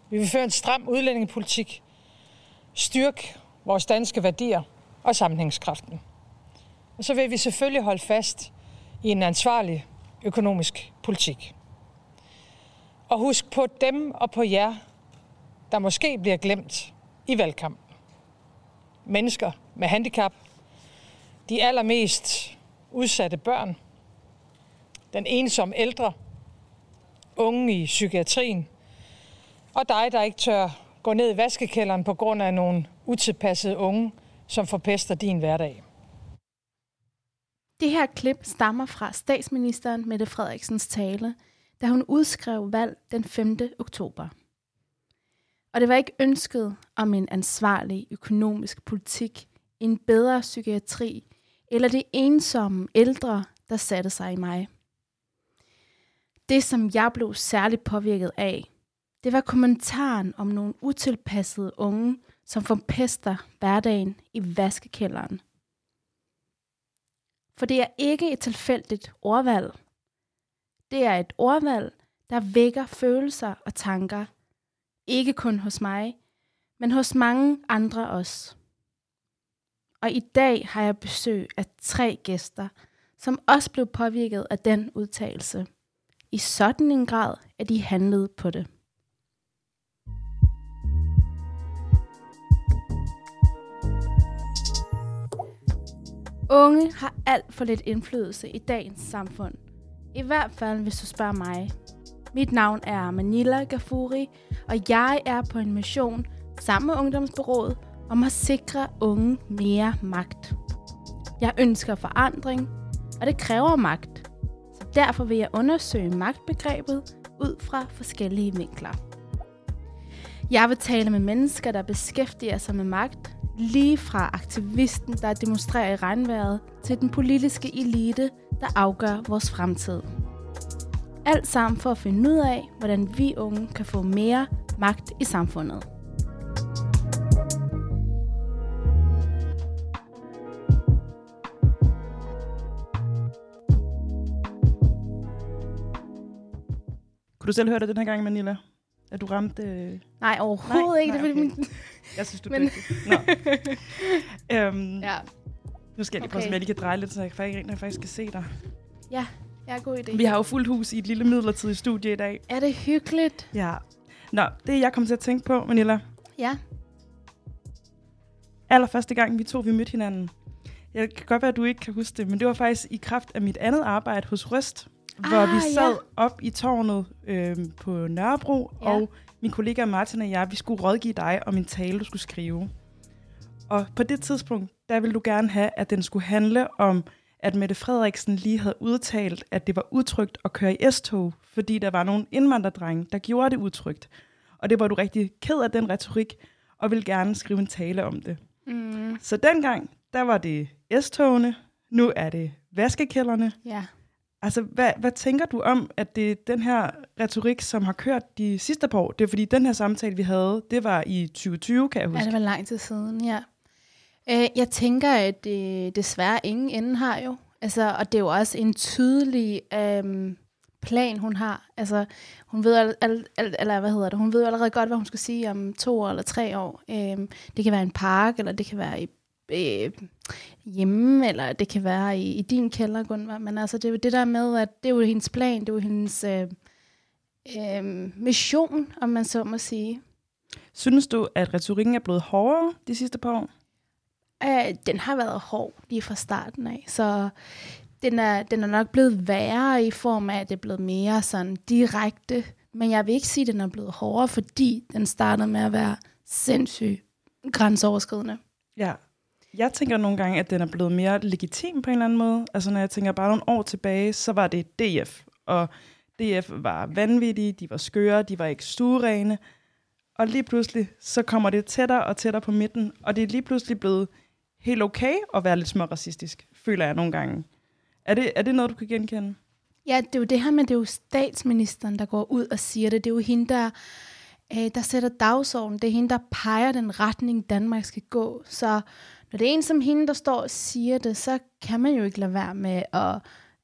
Vi vil føre en stram udlændingepolitik, styrke vores danske værdier og sammenhængskraften. Og så vil vi selvfølgelig holde fast i en ansvarlig økonomisk politik. Og husk på dem og på jer, der måske bliver glemt i valgkampen. Mennesker med handicap, de allermest udsatte børn, den ensomme ældre, unge i psykiatrien, og dig, der ikke tør gå ned i vaskekælderen på grund af nogle utilpassede unge, som forpester din hverdag. Det her klip stammer fra statsministeren Mette Frederiksens tale, da hun udskrev valg den 5. oktober. Og det var ikke ønsket om en ansvarlig økonomisk politik, en bedre psykiatri eller det ensomme ældre, der satte sig i mig. Det, som jeg blev særligt påvirket af, det var kommentaren om nogle utilpassede unge, som forpester hverdagen i vaskekælderen. For det er ikke et tilfældigt ordvalg. Det er et ordvalg, der vækker følelser og tanker. Ikke kun hos mig, men hos mange andre også. Og i dag har jeg besøg af 3 gæster, som også blev påvirket af den udtalelse. I sådan en grad, at de handlede på det. Unge har alt for lidt indflydelse i dagens samfund. I hvert fald, hvis du spørger mig. Mit navn er Manila Gafuri, og jeg er på en mission sammen med Ungdomsbureauet om at sikre unge mere magt. Jeg ønsker forandring, og det kræver magt. Så derfor vil jeg undersøge magtbegrebet ud fra forskellige vinkler. Jeg vil tale med mennesker, der beskæftiger sig med magt, lige fra aktivisten, der demonstrerer i regnvejret, til den politiske elite, der afgør vores fremtid. Alt sammen for at finde ud af, hvordan vi unge kan få mere magt i samfundet. Kunne du selv høre det den her gang, Manila? At du ramte... Nej, overhovedet ikke. Nej, okay. Jeg synes, du er dygtig. Ja. Nu skal jeg lige prøve, om jeg lige kan dreje lidt, så jeg faktisk kan se dig. Ja, jeg er god idé. Vi har jo fuldt hus i et lille midlertidigt studie i dag. Er det hyggeligt? Ja. Nå, det jeg kom til at tænke på, Manila. Ja. Allerførste gang, vi mødte hinanden. Jeg kan godt være, at du ikke kan huske det, men det var faktisk i kraft af mit andet arbejde hos Røst, hvor vi sad op i tårnet på Nørrebro, og min kollega Martin og jeg, vi skulle rådgive dig om en tale, du skulle skrive. Og på det tidspunkt, der ville du gerne have, at den skulle handle om, at Mette Frederiksen lige havde udtalt, at det var utrygt at køre i S-tog, fordi der var nogle indvandrerdrenge, der gjorde det utrygt. Og det var du rigtig ked af den retorik, og ville gerne skrive en tale om det. Mm. Så dengang, der var det S-togene, nu er det vaskekælderne. Ja. Altså, hvad tænker du om, at det er den her retorik, som har kørt de sidste par år? Det er fordi, den her samtale, vi havde, det var i 2020, kan jeg huske. Ja, det var lang tid siden, ja. Jeg tænker, at det desværre ingen ende har jo. Altså, og det er jo også en tydelig plan, hun har. Altså, hun ved hun ved allerede godt, hvad hun skal sige om 2 eller 3 år. Det kan være en park, eller det kan være hjemme, eller det kan være i din kælder, Gunvar. Men altså, det er jo det der med, at det er jo hendes plan, det er jo hendes mission, om man så må sige. Synes du, at retorikken er blevet hårdere de sidste par år? Den har været hård lige fra starten af, så den er nok blevet værre i form af, at det er blevet mere sådan direkte. Men jeg vil ikke sige, at den er blevet hårdere, fordi den startede med at være sindssygt grænseoverskridende. Ja. Jeg tænker nogle gange, at den er blevet mere legitim på en eller anden måde. Altså når jeg tænker bare nogle år tilbage, så var det DF. Og DF var vanvittige, de var skøre, de var ikke stuerene. Og lige pludselig, så kommer det tættere og tættere på midten. Og det er lige pludselig blevet helt okay at være lidt småracistisk, føler jeg nogle gange. Er det noget, du kan genkende? Ja, det er jo det her, men det er jo statsministeren, der går ud og siger det. Det er jo hende, der sætter dagsordenen. Det er hende, der peger den retning, Danmark skal gå. Så når det er en som hende, der står og siger det, så kan man jo ikke lade være med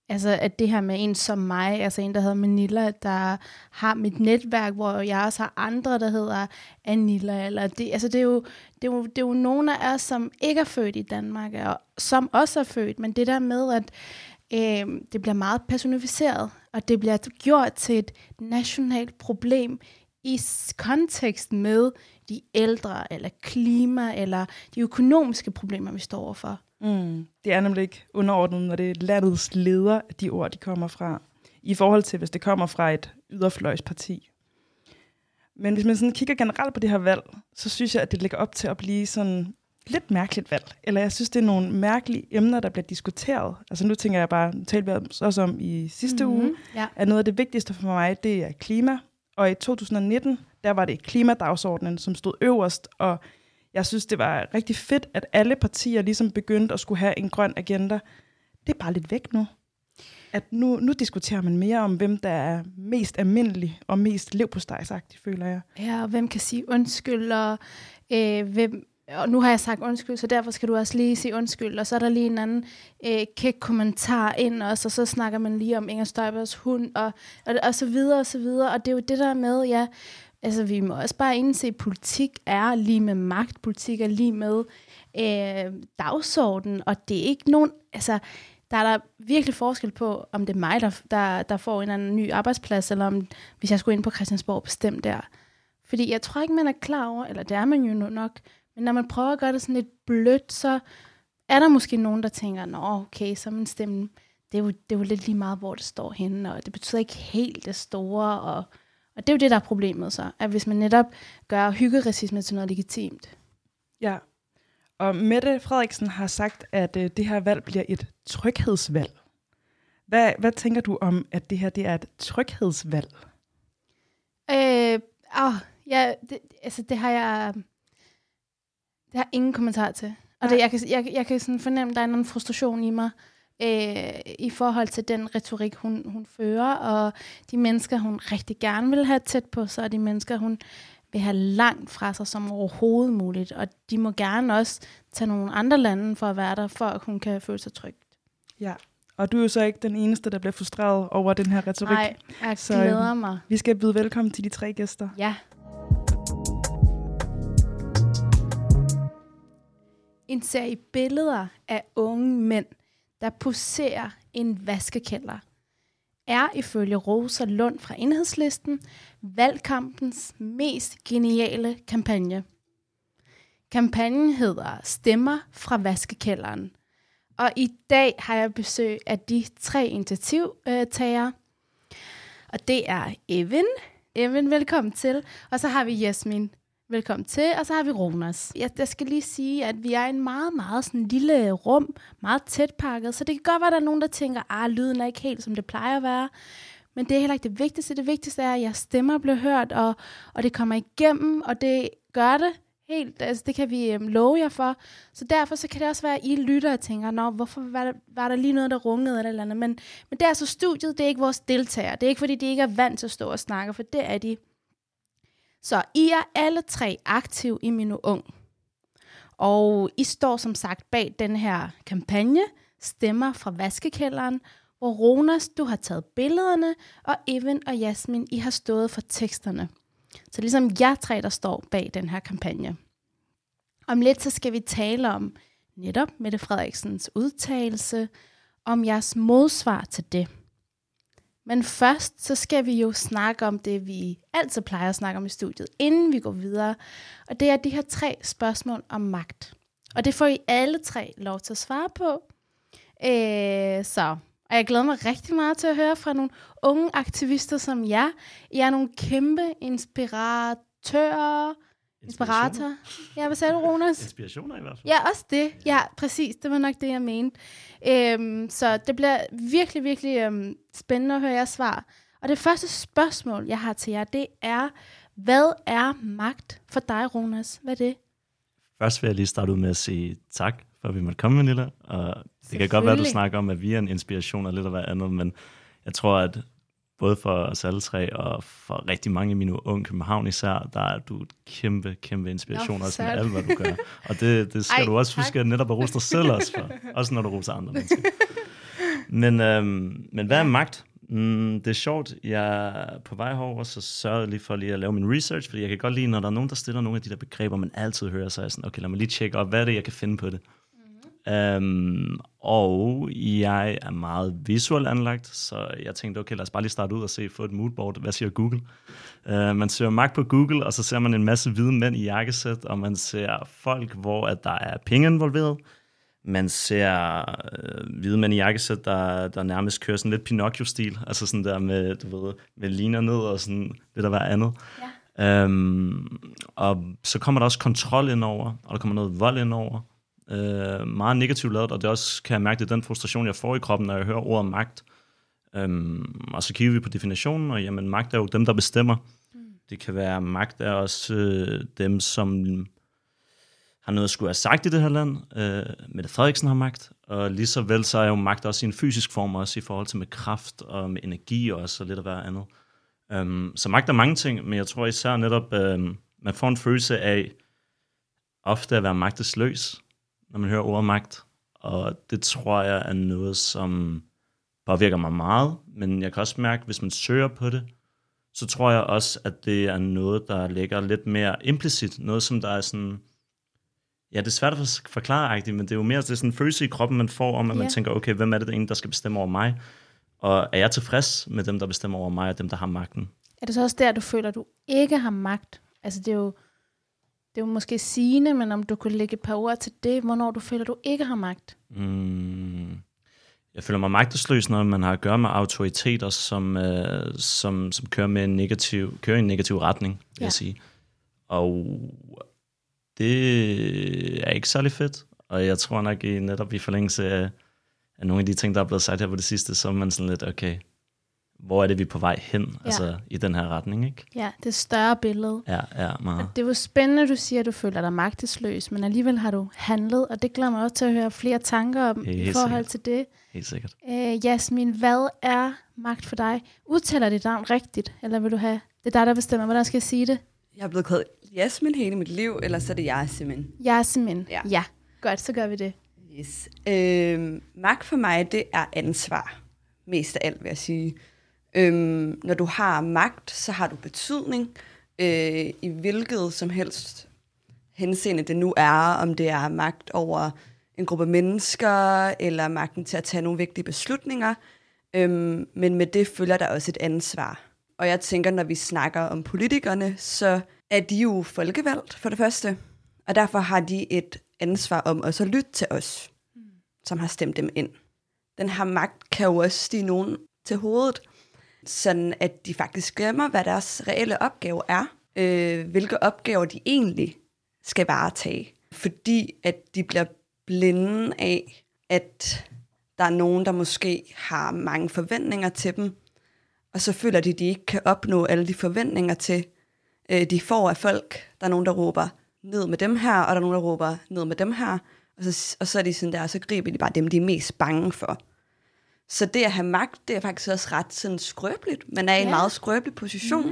Altså, at det her med en som mig, altså en, der hedder Manila, der har mit netværk, hvor jeg også har andre, der hedder Anila, eller det, altså det er jo nogen af os, som ikke er født i Danmark, og som også er født, men det der med, at det bliver meget personificeret, og det bliver gjort til et nationalt problem i kontekst med de ældre, eller klima, eller de økonomiske problemer, vi står overfor. Det er nemlig ikke underordnet, når det er landets leder, at de ord, de kommer fra, i forhold til, hvis det kommer fra et yderfløjsparti. Men hvis man sådan kigger generelt på det her valg, så synes jeg, at det ligger op til at blive sådan lidt mærkeligt valg. Eller jeg synes, det er nogle mærkelige emner, der bliver diskuteret. Altså nu tænker jeg bare, talte vi også om i sidste uge, at noget af det vigtigste for mig, det er klima. Og i 2019, der var det klimadagsordenen, som stod øverst, og jeg synes, det var rigtig fedt, at alle partier ligesom begyndte at skulle have en grøn agenda. Det er bare lidt væk nu. At nu diskuterer man mere om, hvem der er mest almindelig og mest leverpostejsagtig, føler jeg. Ja, og hvem kan sige undskyld, og og nu har jeg sagt undskyld, så derfor skal du også lige sige undskyld. Og så er der lige en anden kæk kommentar ind også, og så snakker man lige om Inger Støjbergs hund, og så videre, og så videre. Og det er jo det der med, ja, altså vi må også bare indse, at politik er lige med magt, politik er lige med dagsorden, og det er ikke nogen, altså der er der virkelig forskel på, om det er mig, der får en eller anden ny arbejdsplads, eller om hvis jeg skulle ind på Christiansborg bestemt der. Fordi jeg tror ikke, man er klar over, eller det er man jo nok, men når man prøver at gøre det sådan lidt blødt, så er der måske nogen, der tænker, nå okay, så min stemme, det er jo lidt lige meget, hvor det står henne, og det betyder ikke helt det store, og det er jo det, der er problemet så, at hvis man netop gør hyggeracisme til noget legitimt. Ja, og Mette Frederiksen har sagt, at det her valg bliver et tryghedsvalg. Hvad tænker du om, at det her det er et tryghedsvalg? Det har ingen kommentar til. Og det, jeg kan sådan fornemme, at der er en frustration i mig, i forhold til den retorik, hun fører, og de mennesker, hun rigtig gerne vil have tæt på sig, og de mennesker, hun vil have langt fra sig som overhovedet muligt. Og de må gerne også tage nogle andre lande for at være der, for at hun kan føle sig trygt. Ja, og du er jo så ikke den eneste, der bliver frustreret over den her retorik. Nej, jeg glæder mig. Vi skal byde velkommen til de 3 gæster. Ja. En serie billeder af unge mænd, der poserer en vaskekælder, er ifølge Rosa Lund fra Enhedslisten valgkampens mest geniale kampagne. Kampagnen hedder Stemmer fra vaskekælderen. Og i dag har jeg besøg af de 3 initiativtagere. Og det er Evan, velkommen til. Og så har vi Jasmin, velkommen til. Og så har vi Ronas. Jeg skal lige sige, at vi er i en meget, meget sådan lille rum, meget tæt pakket. Så det kan godt være, at der er nogen, der tænker, lyden er ikke helt, som det plejer at være. Men det er heller ikke det vigtigste. Det vigtigste er, at jeres stemmer bliver hørt, og det kommer igennem, og det gør det helt. Altså, det kan vi love jer for. Så derfor så kan det også være, at I lytter og tænker, hvorfor var der lige noget, der rungede eller andet. Men det er altså studiet, det er ikke vores deltagere. Det er ikke, fordi de ikke er vant til at stå og snakke, for det er de. Så I er alle 3 aktive i Minu Ung. Og I står som sagt bag den her kampagne, Stemmer fra vaskekælderen, hvor Ronas, du har taget billederne, og Evan og Jasmin, I har stået for teksterne. Så ligesom jer 3, der står bag den her kampagne. Om lidt så skal vi tale om netop Mette Frederiksens udtalelse, om jeres modsvar til det. Men først så skal vi jo snakke om det, vi altid plejer at snakke om i studiet, inden vi går videre. Og det er de her 3 spørgsmål om magt. Og det får I alle 3 lov til at svare på. Og jeg glæder mig rigtig meget til at høre fra nogle unge aktivister som jer. I er nogle kæmpe inspirator. Ja, hvad sagde du, Ronas? Inspirationer i hvert fald. Ja, også det. Ja, præcis. Det var nok det, jeg mente. Så det bliver virkelig, virkelig spændende at høre jeres svar. Og det første spørgsmål, jeg har til jer, det er, hvad er magt for dig, Ronas? Hvad er det? Først vil jeg lige starte ud med at sige tak, for at vi måtte komme, Manila. Og det kan godt være, at du snakker om, at vi er en inspiration og lidt af hvad andet, men jeg tror, at både for os alle 3 og for rigtig mange i Minu Ung København især, der er du et kæmpe, kæmpe inspiration også med alt, hvad du gør. Og det skal du også huske at netop at rose dig selv også for. Også når du roser andre mennesker. Men hvad er magt? Det er sjovt. Jeg er på vej herover, så sørger jeg lige for lige at lave min research, fordi jeg kan godt lide, når der er nogen, der stiller nogle af de der begreber, man altid hører, så er jeg sådan, okay, lad mig lige tjekke op, hvad er det, jeg kan finde på det. Og jeg er meget visuelt anlagt, så jeg tænkte, okay, lad os bare lige starte ud og få et moodboard. Hvad siger Google? Man søger magt på Google, og så ser man en masse hvide mænd i jakkesæt, og man ser folk, hvor at der er penge involveret. Man ser hvide mænd i jakkesæt, der nærmest kører sådan lidt Pinocchio-stil, altså sådan der med, du ved, med liner ned og sådan lidt af hver andet. Ja. Og så kommer der også kontrol indover, og der kommer noget vold indover. Meget negativt lavet, og det også kan jeg mærke, det er den frustration, jeg får i kroppen, når jeg hører ordet magt. Og så kigger vi på definitionen, og jamen, magt er jo dem, der bestemmer. Det kan være, magt er også dem, som har noget at skulle have sagt i det her land. Mette Frederiksen har magt, og lige så vel så er jo magt også i en fysisk form, også i forhold til med kraft og med energi også, og lidt af hver andet. Så magt er mange ting, men jeg tror især netop, man får en følelse af ofte at være magtesløs, når man hører ordet magt. Og det tror jeg er noget, som påvirker mig meget, men jeg kan også mærke, hvis man søger på det, så tror jeg også, at det er noget, der ligger lidt mere implicit. Noget, som der er sådan, ja, det er svært at forklare, men det er jo mere det er sådan en følelse i kroppen, man får om, at man tænker, okay, hvem er det egentlig, der skal bestemme over mig? Og er jeg tilfreds med dem, der bestemmer over mig, og dem, der har magten? Er det så også der, du føler, at du ikke har magt? Altså, det er jo måske sigende, men om du kunne lægge et par ord til det, hvornår du føler, at du ikke har magt? Jeg føler mig magtesløs, når man har at gøre med autoriteter, som kører i en negativ retning, vil jeg sige. Og det er ikke særlig fedt, og jeg tror nok netop i forlængelse af nogle af de ting, der er blevet sagt her på det sidste, så er man sådan lidt, okay, hvor er det, vi er på vej hen, altså i den her retning, ikke? Ja, det større billede. Ja, meget. Og det er jo spændende, du siger, at du føler dig magtesløs, men alligevel har du handlet, og det glæder mig også til at høre flere tanker om i forhold til det. Helt sikkert. Jasmin, hvad er magt for dig? Udtaler dit navn rigtigt, eller vil du have, det er dig, der bestemmer, hvordan skal jeg sige det? Jeg er blevet kaldt Jasmin hele mit liv, eller så er det Jasmin. Jasmin, ja. Godt, så gør vi det. Yes. Magt for mig, det er ansvar. Mest af alt, vil jeg sige. Når du har magt, så har du betydning i hvilket som helst henseende det nu er, om det er magt over en gruppe mennesker, eller magten til at tage nogle vigtige beslutninger. Men med det følger der også et ansvar. Og jeg tænker, når vi snakker om politikerne, så er de jo folkevalgt for det første, og derfor har de et ansvar om også at lytte til os, som har stemt dem ind. Den her magt kan jo også stige nogen til hovedet, sådan at de faktisk glemmer, hvad deres reelle opgave er, hvilke opgaver de egentlig skal varetage, fordi at de bliver blinde af, at der er nogen, der måske har mange forventninger til dem, og så føler de, at de ikke kan opnå alle de forventninger til, de får af folk. Der er nogen, der råber ned med dem her, og der er nogen, der råber ned med dem her, og så er de sådan der, og så griber de bare dem, de er mest bange for. Så det at have magt, det er faktisk også ret sådan skrøbeligt. Man er i en meget skrøbelig position.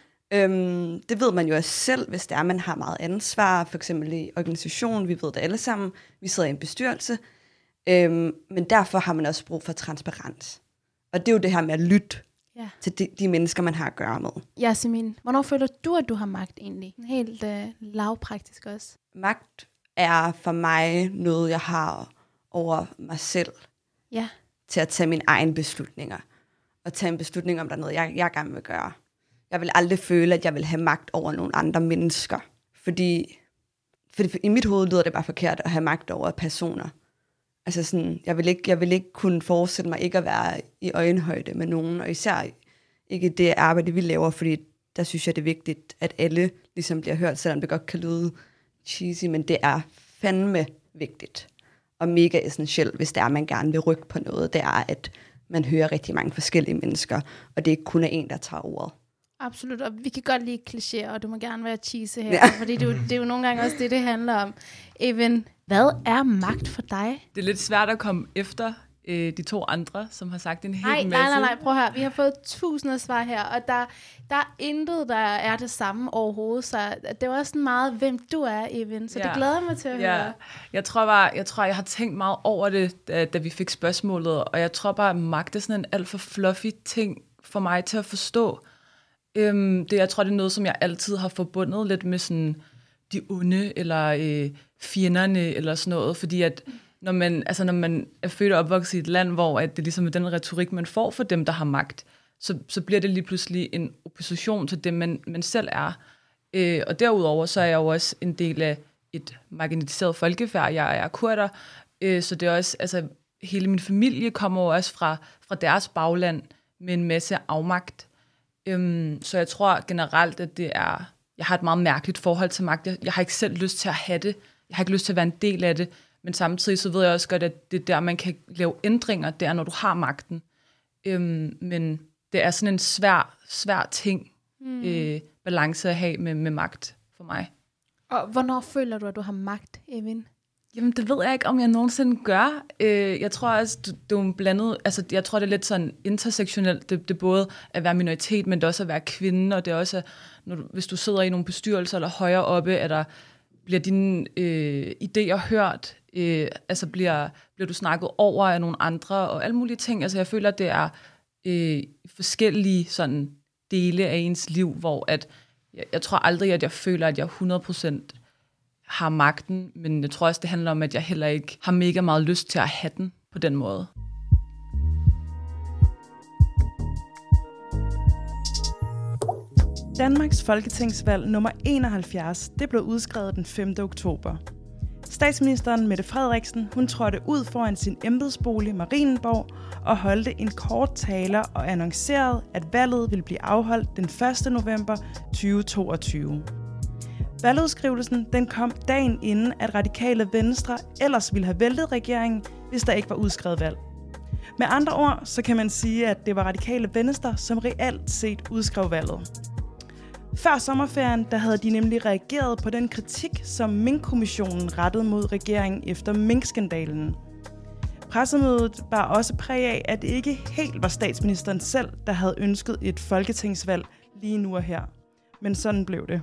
Det ved man jo også selv, hvis det er, man har meget ansvar, for eksempel i organisationen, vi ved det alle sammen, vi sidder i en bestyrelse, men derfor har man også brug for transparens. Og det er jo det her med at lytte til de mennesker, man har at gøre med. Jasmin, hvornår føler du, at du har magt egentlig? Helt lavpraktisk også. Magt er for mig noget, jeg har over mig selv. Ja. Til at tage mine egne beslutninger. Og tage en beslutning om, der er noget, jeg gerne vil gøre. Jeg vil aldrig føle, at jeg vil have magt over nogle andre mennesker. Fordi i mit hoved lyder det bare forkert at have magt over personer. Altså sådan, jeg vil ikke kunne forestille mig ikke at være i øjenhøjde med nogen, og især ikke det arbejde, vi laver, fordi der synes jeg, det er vigtigt, at alle ligesom bliver hørt, selvom det godt kan lyde cheesy, men det er fandme vigtigt. Og mega essentielt, hvis det er, man gerne vil rykke på noget, det er, at man hører rigtig mange forskellige mennesker, og det ikke kun er en, der tager ordet. Absolut, og vi kan godt lide klichéer, og du må gerne være cheesy her, fordi det er jo nogle gange også det handler om. Even, hvad er magt for dig? Det er lidt svært at komme efter de 2 andre, som har sagt en hel masse. Nej, prøv at høre. Vi har fået 1000 af svar her, og der er intet, der er det samme overhovedet. Så det var også meget, hvem du er, Even. Så det glæder mig til at høre. Jeg tror, jeg har tænkt meget over det, da vi fik spørgsmålet, og jeg tror bare, at magt er sådan en alt for fluffy ting for mig til at forstå. Jeg tror, det er noget, som jeg altid har forbundet lidt med sådan de onde, eller fjenderne, eller sådan noget, fordi at når man er født og opvokset i et land, hvor at det ligesom er den retorik, man får for dem, der har magt, så bliver det lige pludselig en opposition til dem, man selv er. Og derudover, så er jeg jo også en del af et marginaliseret folkefærd. Jeg er kurder, så det er også, hele min familie kommer jo også fra deres bagland med en masse afmagt. Så jeg tror generelt, at jeg har et meget mærkeligt forhold til magt. Jeg har ikke selv lyst til at have det. Jeg har ikke lyst til at være en del af det. Men samtidig så ved jeg også godt, at det er der, man kan lave ændringer, det er, når du har magten. Men det er sådan en svær ting, balance at have med magt for mig. Og hvornår føler du, at du har magt, Evin? Jamen, det ved jeg ikke, om jeg nogensinde gør. Jeg tror også, det er blandet. Jeg tror, det er lidt sådan intersektionelt. Det er både at være minoritet, men det er også at være kvinde, og det er også, hvis du sidder i nogle bestyrelser eller højere oppe, bliver dine idéer hørt, bliver du snakket over af nogle andre, og alle mulige ting. Jeg føler, at det er forskellige sådan dele af ens liv, hvor at jeg tror aldrig, at jeg føler, at jeg 100% har magten, men jeg tror også, det handler om, at jeg heller ikke har mega meget lyst til at have den på den måde. Danmarks folketingsvalg nummer 71, det blev udskrevet den 5. oktober. Statsministeren Mette Frederiksen, hun trådte ud foran sin embedsbolig Marienborg og holdte en kort tale og annoncerede, at valget ville blive afholdt den 1. november 2022. Valgudskrivelsen den kom dagen inden, at Radikale Venstre ellers ville have væltet regeringen, hvis der ikke var udskrevet valg. Med andre ord, så kan man sige, at det var Radikale Venstre, som reelt set udskrev valget. Før sommerferien, der havde de nemlig reageret på den kritik, som Mink-kommissionen rettede mod regeringen efter Mink-skandalen. Pressemødet var også præg af, at det ikke helt var statsministeren selv, der havde ønsket et folketingsvalg lige nu og her. Men sådan blev det.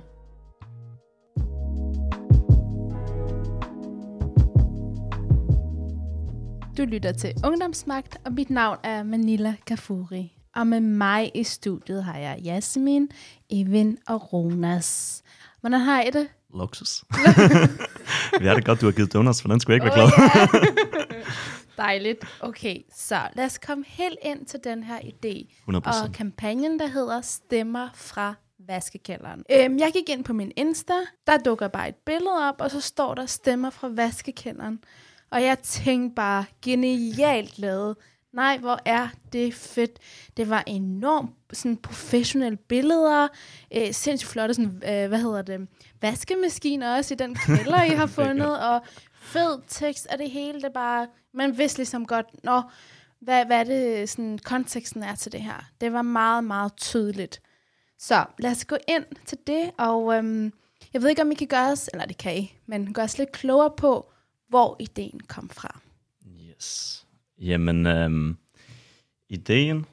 Du lytter til Ungdomsmagt, og mit navn er Manila Gafuri. Og med mig i studiet har jeg Jasmin, Evin og Ronas. Hvordan har I det? Luksus. Vi har det godt, du har givet donuts, for den skulle jeg ikke være glad. Dejligt. Okay, så lad os komme helt ind til den her idé. 100%. Og kampagnen, der hedder Stemmer fra vaskekælderen. Jeg gik ind på min Insta, der dukker bare et billede op, og så står der Stemmer fra vaskekælderen. Og jeg tænkte bare, genialt lavet. Nej, hvor er det fedt. Det var enormt sådan professionelle billeder, sindssygt flotte sådan, vaskemaskiner også i den kælder, I har fundet, og fed tekst af det hele. Det bare, man vidste ligesom godt, hvad er det sådan, konteksten er til det her. Det var meget, meget tydeligt. Så lad os gå ind til det, og jeg ved ikke, om I kan gøre os, eller det kan I, men gøre os lidt klogere på, hvor ideen kom fra. Yes. Jamen, ideen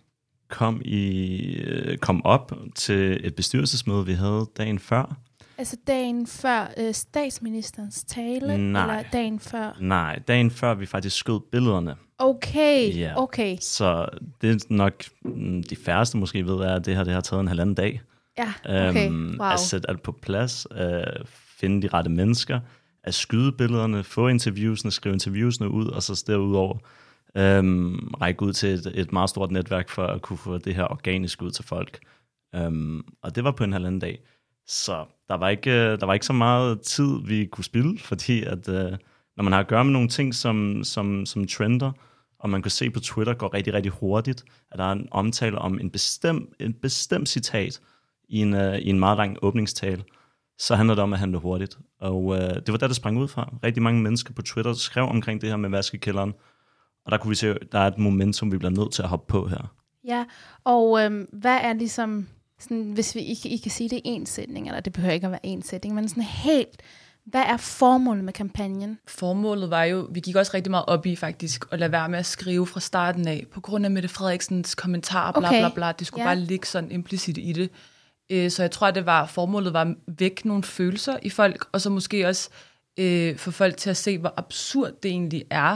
kom op til et bestyrelsesmøde, vi havde dagen før. Altså dagen før statsministerens tale? Eller dagen før? Nej, dagen før vi faktisk skød billederne. Okay, yeah. Okay. Så det er nok de færreste måske ved, at det har taget en 1,5 dag. Ja, okay, wow. At sætte alt på plads, finde de rette mennesker, at skyde billederne, få interviewsene, skrive interviewsene ud, og så derudover række ud til et meget stort netværk for at kunne få det her organisk ud til folk. Og det var på en 1,5 dag. Så der var ikke så meget tid, vi kunne spilde, fordi at når man har at gøre med nogle ting, som trender, og man kan se på Twitter går rigtig, rigtig hurtigt, at der er en omtale om en bestemt citat i en meget lang åbningstale, så handler det om at handle hurtigt. Og det var der, det sprang ud fra. Rigtig mange mennesker på Twitter skrev omkring det her med vaskekælderen, og der kunne vi se, at der er et momentum, vi bliver nødt til at hoppe på her. Ja, og hvad er ligesom, sådan, hvis I kan sige det i en sætning, eller det behøver ikke at være en sætning, men sådan helt, Hvad er formålet med kampagnen? Formålet var jo, vi gik også rigtig meget op i faktisk, at lade være med at skrive fra starten af, på grund af Mette Frederiksens kommentarer, bla bla bla. Det skulle bare ligge sådan implicit i det. Så jeg tror, at formålet var at vække nogle følelser i folk, og så måske også få folk til at se, hvor absurd det egentlig er,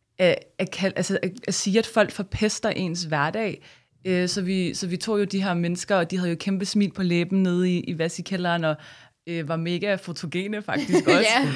at sige, at folk forpester ens hverdag. Så vi tog jo de her mennesker, og de havde jo kæmpe smil på læben nede i vassekælderen, og var mega fotogene faktisk også.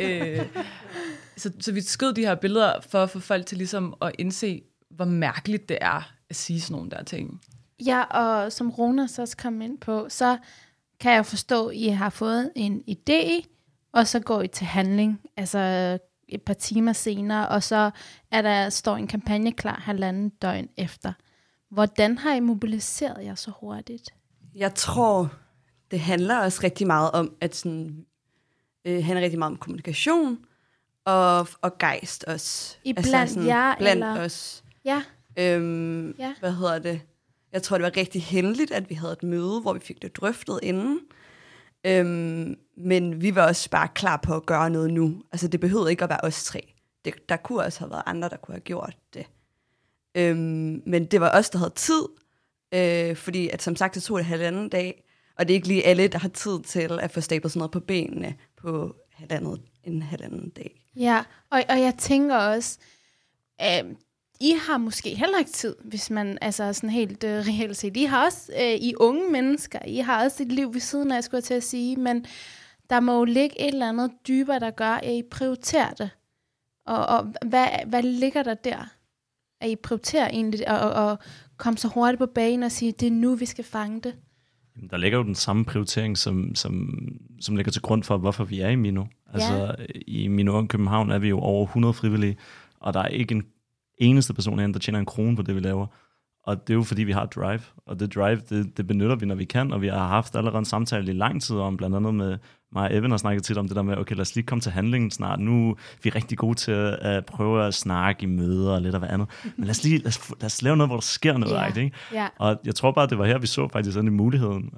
Så vi skød de her billeder for at få folk til ligesom at indse, hvor mærkeligt det er at sige sådan nogle der ting. Ja, og som Rona så også kom ind på, så kan jeg forstå, at I har fået en idé, og så går I til handling, altså et par timer senere, og så står en kampagne klar 1,5 døgn efter. Hvordan har I mobiliseret jer så hurtigt? Jeg tror, det handler også rigtig meget om, at sådan, handler rigtig meget om kommunikation og gejst også. Blandt jer? Blandt os. Ja. Hvad hedder det? Jeg tror, det var rigtig heldigt, at vi havde et møde, hvor vi fik det drøftet inden. Men vi var også bare klar på at gøre noget nu. Altså, det behøvede ikke at være os 3. Der kunne også have været andre, der kunne have gjort det. Men det var os, der havde tid. Fordi, at som sagt, det tog 1,5 dag. Og det er ikke lige alle, der har tid til at få stablet sådan noget på benene på en halvanden dag. Ja, og jeg tænker også, I har måske heller ikke tid, hvis man altså sådan helt reelt set. I har også, I unge mennesker, I har også et liv ved siden af, skulle jeg til at sige, men der må jo ligge et eller andet dybere, der gør, at I prioriterer det. Og hvad ligger der? At I prioriterer egentlig at komme så hurtigt på banen og sige, det er nu, vi skal fange det? Der ligger jo den samme prioritering, som ligger til grund for, hvorfor vi er i Mino. Altså, i Mino Ung København er vi jo over 100 frivillige, og der er ikke en eneste person herinde, der tjener 1 krone på det, vi laver. Og det er jo fordi, vi har drive. Og det drive, det benytter vi, når vi kan. Og vi har haft allerede en samtale i lang tid om, blandt andet med mig og Evan, har snakket tit om det der med, okay, lad os lige komme til handlingen snart. Nu er vi rigtig gode til at prøve at snakke i møder og lidt og hvad andet. Men lad os lave noget, hvor der sker noget. Ikke? Yeah. Og jeg tror bare, det var her, vi så faktisk sådan en muligheden.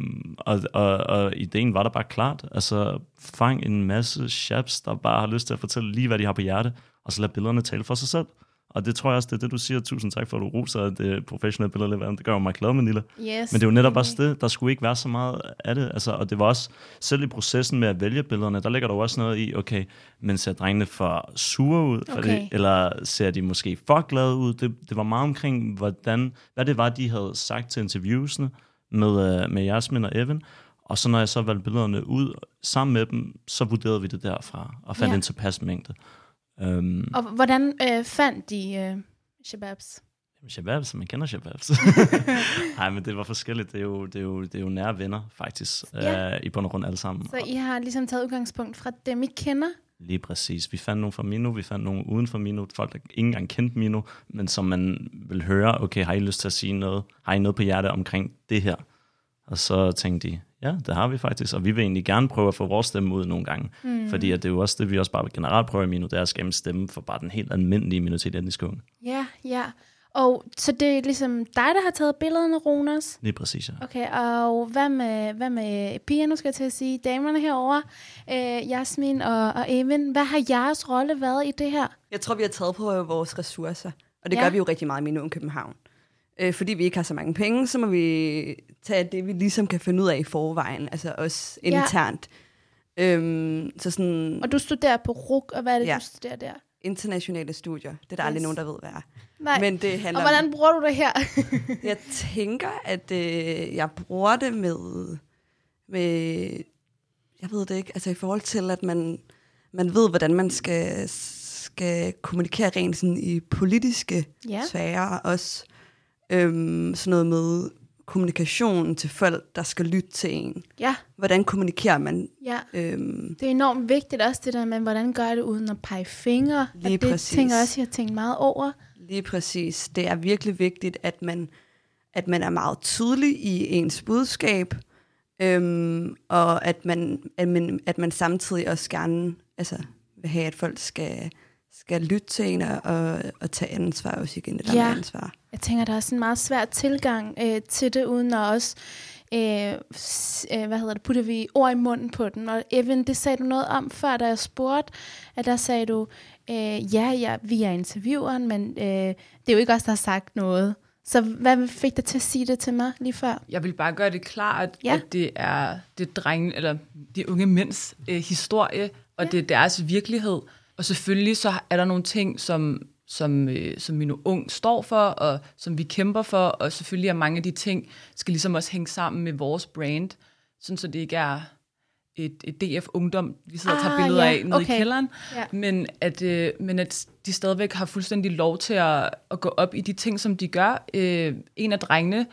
Og ideen var der bare klart. Altså, fang en masse chaps, der bare har lyst til at fortælle lige, hvad de har på hjerte, og så lad billederne tale for sig selv. Og det tror jeg også, det er det, du siger. Tusind tak for, at du roser det professionelle billeder. Det gør mig glad, Manila. Yes. Men det er jo netop også det. Der skulle ikke være så meget af det. Altså, og det var også, selv i processen med at vælge billederne, der ligger der også noget i, okay, men ser drengene for sure ud? For det, eller ser de måske for glade ud? Det var meget omkring, hvad det var, de havde sagt til interviewsene med Jasmin og Evan. Og så når jeg så valgte billederne ud sammen med dem, så vurderede vi det derfra og fandt en tilpas mængde. Og hvordan fandt de shababs? Shababs, man kender shababs. Nej, men det var forskelligt. Det er jo nære venner, faktisk. I bund og grund alle sammen. Så I har ligesom taget udgangspunkt fra dem, I kender? Lige præcis. Vi fandt nogle fra Mino, vi fandt nogle uden for Mino. Folk, der ikke engang kendte Mino, men som man vil høre, okay, har I lyst til at sige noget? Har I noget på hjerte omkring det her? Og så tænkte de, ja, det har vi faktisk, og vi vil egentlig gerne prøve at få vores stemme ud nogle gange, fordi at det er jo også det, vi også bare generelt prøver i Mino, det er at skabe stemme for bare den helt almindelige minoritetsetniske unge. Ja. Og så det er ligesom dig, der har taget billederne, Ronas? Lige præcis, ja. Okay, og hvad med piger, nu skal jeg til at sige, damerne herovre, Jasmin og Evan, hvad har jeres rolle været i det her? Jeg tror, vi har taget på vores ressourcer, og det gør vi jo rigtig meget i Mino Ung København. Fordi vi ikke har så mange penge, så må vi tage det, vi ligesom kan finde ud af i forvejen, altså også internt. Så sådan, og du studerer på RUC, og hvad er det, du studerer der? Internationale studier. Det er der aldrig nogen, der ved, hvad er. Nej. Men det handler og hvordan bruger du det her? Jeg tænker, at jeg bruger det med, jeg ved det ikke, altså i forhold til, at man ved, hvordan man skal kommunikere rent sådan i politiske sfærer også. Sådan noget med kommunikation til folk, der skal lytte til en. Ja. Hvordan kommunikerer man? Ja. Det er enormt vigtigt også det der med, hvordan gør det uden at pege fingre. Lige og det præcis. tænker jeg også, jeg har tænkt meget over. Lige præcis. Det er virkelig vigtigt, at man er meget tydelig i ens budskab, og at man samtidig også gerne vil have, at folk skal lytte til en og tage ansvar også igen, det der med ansvar. Jeg tænker, der er sådan en meget svær tilgang til det, uden at også putter vi ord i munden på den. Og Evan, det sagde du noget om før, da jeg spurgte, at der sagde du, vi er intervieweren, men det er jo ikke os, der har sagt noget. Så hvad fik dig til at sige det til mig lige før? Jeg vil bare gøre det klart, at det er drenge, eller de unge mænds historie, og det er deres virkelighed. Og selvfølgelig så er der nogle ting, som Mino Ung står for, og som vi kæmper for, og selvfølgelig er mange af de ting, skal ligesom også hænge sammen med vores brand, sådan så det ikke er et DF Ungdom, vi sidder og tager billeder af nede i kælderen, men at de stadigvæk har fuldstændig lov til at gå op i de ting, som de gør. En af drengene,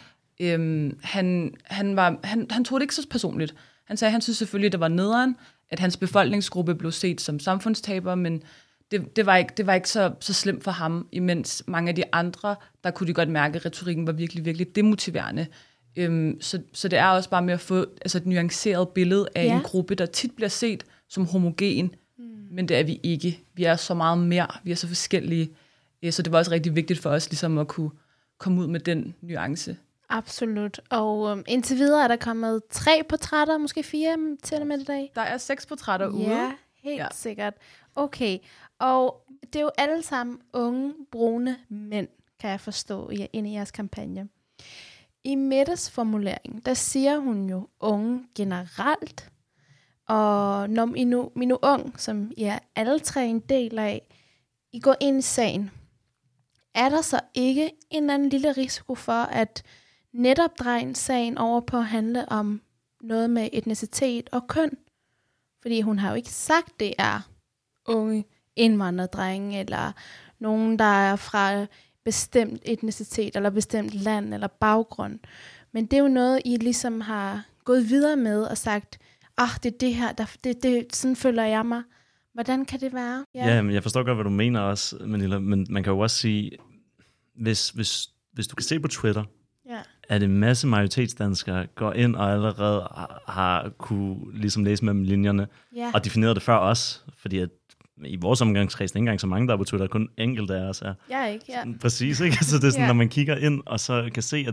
han tog det ikke så personligt. Han sagde, at han synes selvfølgelig, det var nederen, at hans befolkningsgruppe blev set som samfundstaber, men det var ikke så slemt for ham, imens mange af de andre, der kunne de godt mærke, at retorikken var virkelig, virkelig demotiverende. Så det er også bare med at få et nuanceret billede af en gruppe, der tit bliver set som homogen, men det er vi ikke. Vi er så meget mere, vi er så forskellige, så det var også rigtig vigtigt for os ligesom at kunne komme ud med den nuance. Absolut. Og indtil videre er der kommet 3 portrætter, måske 4 til og med i dag. Der er 6 portrætter ude. Ja, helt sikkert. Okay, og det er jo alle sammen unge, brune mænd, kan jeg forstå, inde i jeres kampagne. I Mettes formulering, der siger hun jo unge generelt, og når Mino Ung, som I er alle 3 en del af, I går ind i sagen, er der så ikke en eller anden lille risiko for, at netop dreje sagen over på at handle om noget med etnicitet og køn? Fordi hun har jo ikke sagt, det er unge indvandrerdrenge, eller nogen, der er fra bestemt etnicitet, eller bestemt land, eller baggrund. Men det er jo noget, I ligesom har gået videre med og sagt, det er det her, sådan føler jeg mig. Hvordan kan det være? Ja, men jeg forstår godt, hvad du mener også, Manila, men man kan jo også sige, hvis du kan se på Twitter, at en masse majoritetsdanskere går ind og allerede har kunne ligesom læse mellem linjerne, og defineret det før os, fordi at i vores omgangskreds, ikke engang så mange, der er på Twitter, kun enkelte af os er. Jeg ikke, Præcis, ikke? Så det er sådan, når man kigger ind, og så kan se, at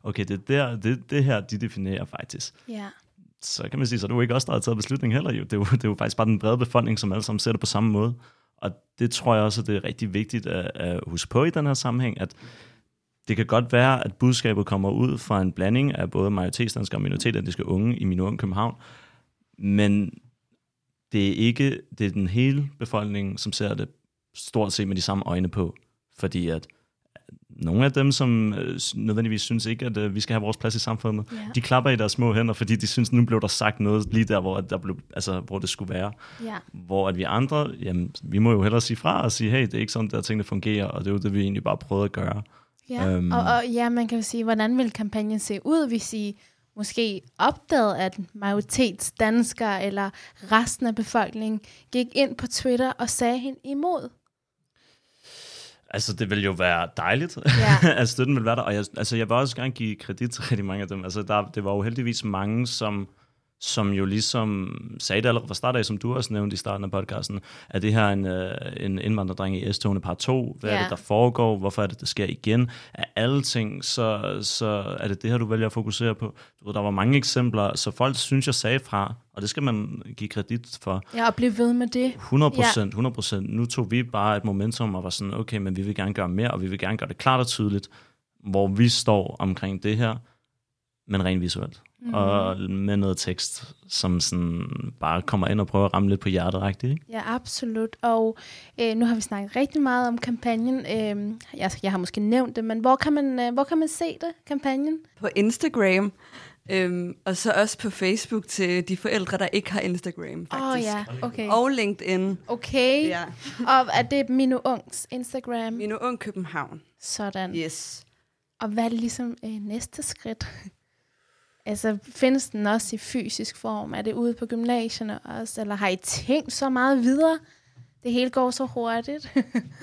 det her, de definerer faktisk. Ja. Så kan man sige, så det er jo ikke os, der har taget beslutning heller. Jo. Det er jo faktisk bare den brede befolkning, som alle sammen ser det på samme måde. Og det tror jeg også, at det er rigtig vigtigt at huske på i den her sammenhæng, at det kan godt være, at budskabet kommer ud fra en blanding af både majoritetsdanskere og minoritetsetniske unge i Mino Ung København, men det er den hele befolkning, som ser det stort set med de samme øjne på, fordi at nogle af dem, som nødvendigvis synes ikke, at vi skal have vores plads i samfundet, de klapper i deres små hænder, fordi de synes, nu blev der sagt noget lige der, hvor det skulle være. Ja. Hvor at vi andre, jamen, vi må jo hellere sige fra og sige, hey, det er ikke sådan, der tingene fungerer, og det er jo det, vi egentlig bare prøvede at gøre. Ja, og man kan jo sige, hvordan vil kampagnen se ud, hvis I måske opdagede, at majoritetsdanskere eller resten af befolkningen gik ind på Twitter og sagde hende imod? Altså, det vil jo være dejligt, at støtten vil være der. Og jeg vil også gerne give kredit til rigtig mange af dem. Altså, det var jo heldigvis mange, som jo ligesom sagde det allerede fra start af, som du også nævnte i starten af podcasten, at det her er en indvandrerdreng i S-togene part 2. Hvad er det, der foregår? Hvorfor er det, der sker igen? Af alle ting, så er det det her, du vælger at fokusere på. Der var mange eksempler, så folk synes, jeg sagde fra, og det skal man give kredit for. Ja, og blive ved med det. 100%. Nu tog vi bare et momentum og var sådan, okay, men vi vil gerne gøre mere, og vi vil gerne gøre det klart og tydeligt, hvor vi står omkring det her, men rent visuelt. Og med noget tekst, som sådan bare kommer ind og prøver at ramme lidt på hjertet, rigtigt, ikke? Ja, absolut. Og nu har vi snakket rigtig meget om kampagnen. Jeg har måske nævnt det, men hvor kan man se det, kampagnen? På Instagram, og så også på Facebook til de forældre, der ikke har Instagram, faktisk. Okay. Og LinkedIn. Okay. Ja. Og er det Mino Ungs Instagram? Mino Ung København. Sådan. Yes. Og hvad er det ligesom næste skridt? Altså, findes den også i fysisk form? Er det ude på gymnasierne også? Eller har I tænkt så meget videre? Det hele går så hurtigt.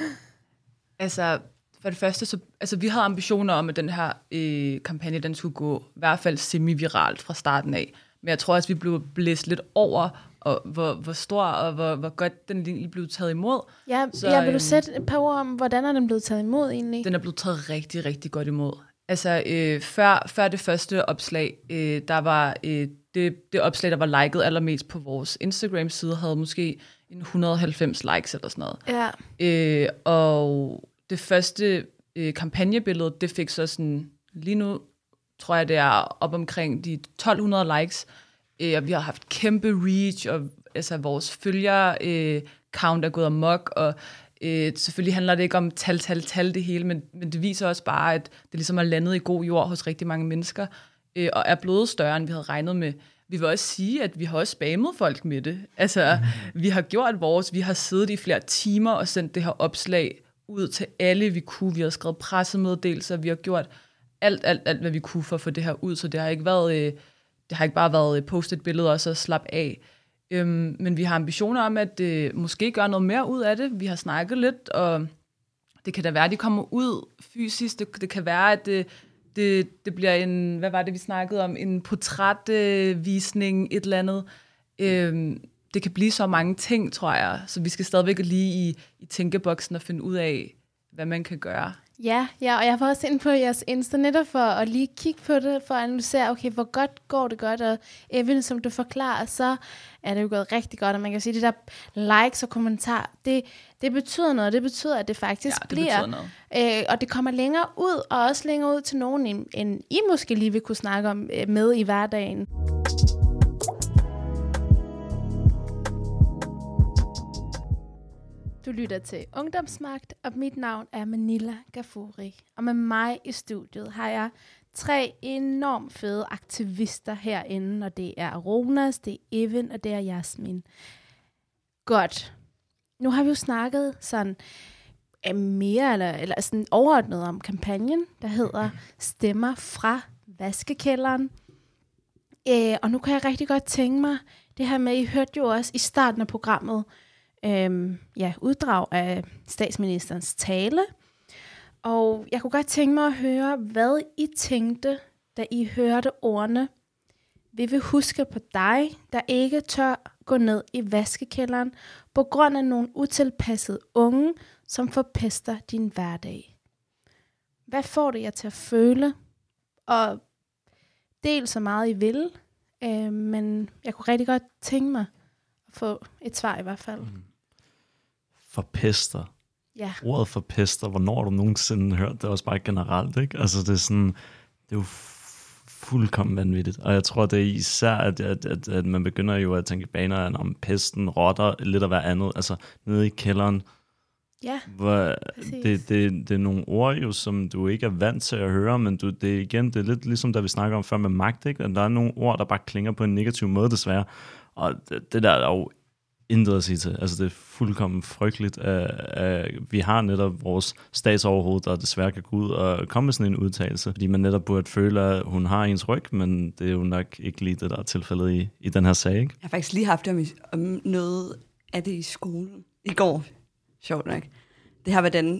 Altså, for det første, vi havde ambitioner om, at den her kampagne, den skulle gå i hvert fald semi-viralt fra starten af. Men jeg tror også, vi blev blæst lidt over, og hvor stor og hvor godt den lige blev taget imod. Ja, vil du sætte et par ord om, hvordan er den blevet taget imod egentlig? Den er blevet taget rigtig, rigtig godt imod. Altså, før det første opslag, der var det opslag, der var liket allermest på vores Instagram-side, havde måske 190 likes eller sådan noget. Ja. Og det første kampagnebillede, det fik så sådan, lige nu tror jeg, det er op omkring de 1200 likes, og vi har haft kæmpe reach, og altså, vores følger-count er gået amok, og selvfølgelig handler det ikke om tal det hele, men det viser også bare, at det ligesom er landet i god jord hos rigtig mange mennesker, og er blevet større, end vi havde regnet med. Vi vil også sige, at vi har også spammet folk med det. Altså, vi har gjort vores, vi har siddet i flere timer og sendt det her opslag ud til alle, vi kunne. Vi har skrevet pressemeddelelser, vi har gjort alt, hvad vi kunne for at få det her ud, så det har ikke bare været postet billeder og så slap af. Men vi har ambitioner om, at måske gøre noget mere ud af det. Vi har snakket lidt, og det kan da være, at de kommer ud fysisk. Det kan være, at det bliver en, hvad var det, vi snakkede om? En portrætvisning, et eller andet. Det kan blive så mange ting, tror jeg. Så vi skal stadigvæk lige i tænkeboksen og finde ud af, hvad man kan gøre. Ja, og jeg var også inde på jeres Insta netop for at lige kigge på det, for at analysere, okay, hvor godt går det godt, og Evan, som du forklarer, så er det jo gået rigtig godt, og man kan sige, det der likes og kommentarer, det betyder noget, det betyder, at det faktisk bliver, og det kommer længere ud, og også længere ud til nogen, end I måske lige vil kunne snakke om med i hverdagen. Du lytter til Ungdomsmagt, og mit navn er Manila Gafuri. Og med mig i studiet har jeg 3 enormt fede aktivister herinde, og det er Ronas, det er Evan, og det er Jasmin. Godt. Nu har vi jo snakket sådan mere eller sådan overordnet om kampagnen, der hedder Stemmer fra vaskekælderen. Og nu kan jeg rigtig godt tænke mig det her med, I hørte jo også i starten af programmet, uddrag af statsministerens tale. Og jeg kunne godt tænke mig at høre, hvad I tænkte, da I hørte ordene. Vi vil huske på dig, der ikke tør gå ned i vaskekælderen, på grund af nogle utilpassede unge, som forpester din hverdag. Hvad får det jer til at føle? Og del så meget I vil, men jeg kunne rigtig godt tænke mig at få et svar i hvert fald. Forpester. Ja. Ordet forpester, hvornår har du nogensinde hørt det? Også bare generelt, ikke? Altså det er sådan, det er jo fuldkommen vanvittigt. Og jeg tror, det er især, at man begynder jo at tænke baner om pesten, rotter, lidt af hvad andet. Altså nede i kælderen. Ja, det er nogle ord jo, som du ikke er vant til at høre, men det er lidt ligesom, da vi snakker om før med magt, ikke? At der er nogle ord, der bare klinger på en negativ måde, desværre. Og det der er jo intet at sige til. Altså det er fuldkommen frygteligt, at vi har netop vores statsoverhoved, der desværre kan gå ud og komme med sådan en udtalelse, fordi man netop burde føle, at hun har ens ryg, men det er jo nok ikke lige det, der er tilfældet i den her sag, ikke? Jeg har faktisk lige haft det om noget af det i skolen i går. Sjovt nok. Det her, hvordan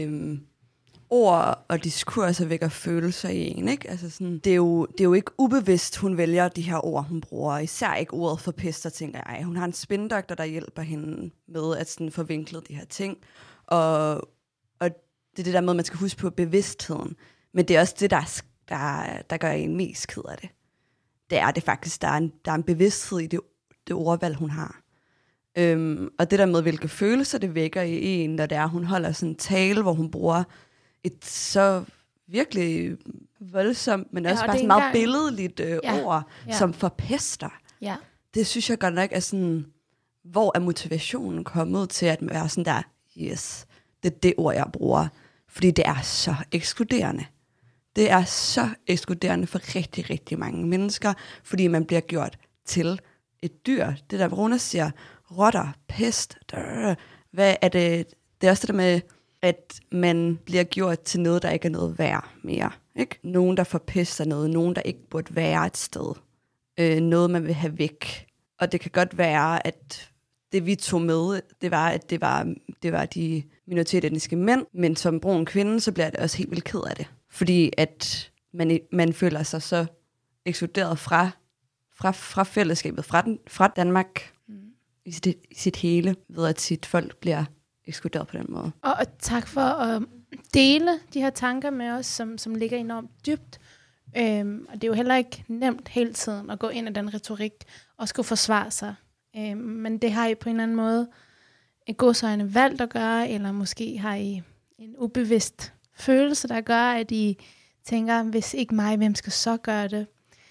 ord og diskurser vækker følelser i en, ikke? Altså sådan, det er jo ikke ubevidst, hun vælger de her ord, hun bruger. Især ikke ordet forpester, tænker jeg. Hun har en spindoktor, der hjælper hende med at sådan forvinkle de her ting. Og det er det der med, at man skal huske på bevidstheden. Men det er også det, der gør en mest ked af det. Det er det faktisk. Der er en bevidsthed i det ordvalg, hun har. Og det der med, hvilke følelser det vækker i en, når det er, hun holder sådan en tale, hvor hun bruger et så virkelig voldsomt, men også bare sådan meget billedligt ord, som forpester. Ja. Det synes jeg godt nok er sådan, hvor er motivationen kommet til at være sådan der, yes, det er det ord, jeg bruger. Fordi det er så ekskluderende. Det er så ekskluderende for rigtig, rigtig mange mennesker, fordi man bliver gjort til et dyr. Det der Rona siger, rotter, pest, hvad er det? Det er også det der med, at man bliver gjort til noget, der ikke er noget værd mere. Ikke? Nogen, der forpester noget, nogen, der ikke burde være et sted. Noget, man vil have væk. Og det kan godt være, at det vi tog med, det var, at det var de minoritetsetniske mænd, men som brun kvinde, så bliver det også helt vildt ked af det. Fordi at man føler sig så ekskluderet fra fællesskabet, fra Danmark, i sit hele, ved at sit folk bliver ekskluderet på den måde. Og tak for at dele de her tanker med os, som ligger enormt dybt. Og det er jo heller ikke nemt hele tiden at gå ind i den retorik og skulle forsvare sig. Men det har I på en eller anden måde et godsøjne valgt at gøre, eller måske har I en ubevidst følelse, der gør, at I tænker, hvis ikke mig, hvem skal så gøre det?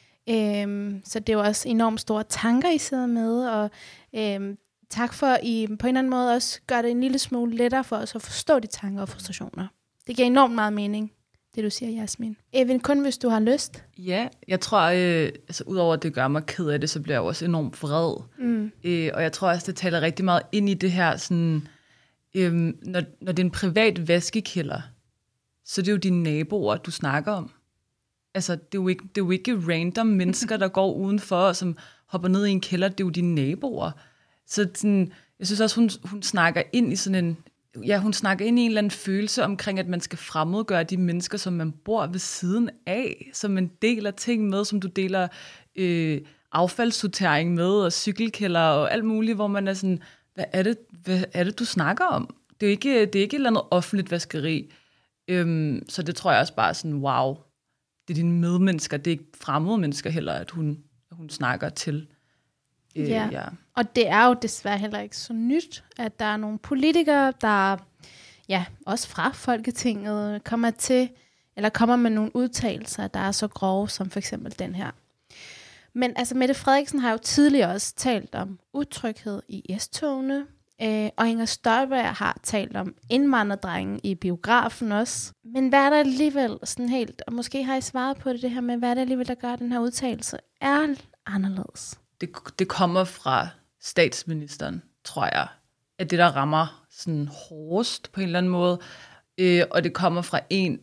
Så det er jo også enormt store tanker, I sidder med, og tak for, at I på en eller anden måde også gør det en lille smule lettere for os at forstå de tanker og frustrationer. Det giver enormt meget mening, det du siger, Jasmin. Even, kun hvis du har lyst. Ja, jeg tror, altså udover at det gør mig ked af det, så bliver jeg også enormt vred. Og jeg tror også, det taler rigtig meget ind i det her, sådan, når det er en privat vaskekælder, så det er jo dine naboer, du snakker om. Altså, det er jo ikke random mennesker, der går udenfor, og som hopper ned i en kælder, det er jo dine naboer. Så sådan, jeg synes også, hun snakker ind i sådan en, hun snakker ind i en eller anden følelse omkring, at man skal fremmedgøre de mennesker, som man bor ved siden af, som man deler ting med, som du deler affaldssortering med, og cykelkælder og alt muligt, hvor man er sådan, hvad er det du snakker om? Det er ikke et eller andet offentligt vaskeri. Så det tror jeg også bare sådan, wow, det er dine medmennesker, det er ikke fremmede mennesker heller, at hun snakker til. Ja, og det er jo desværre heller ikke så nyt, at der er nogle politikere, der også fra Folketinget kommer med nogle udtalelser, der er så grove, som for eksempel den her. Men altså, Mette Frederiksen har jo tidligere også talt om utryghed i S-togene, og Inger Støjberg har talt om indvandrerdrengen i biografen også. Men hvad er der alligevel sådan helt, og måske har I svaret på det her med, hvad er det alligevel, der gør, at den her udtalelse er anderledes? Det kommer fra statsministeren, tror jeg, at det der rammer sådan hårdest på en eller anden måde, og det kommer fra en,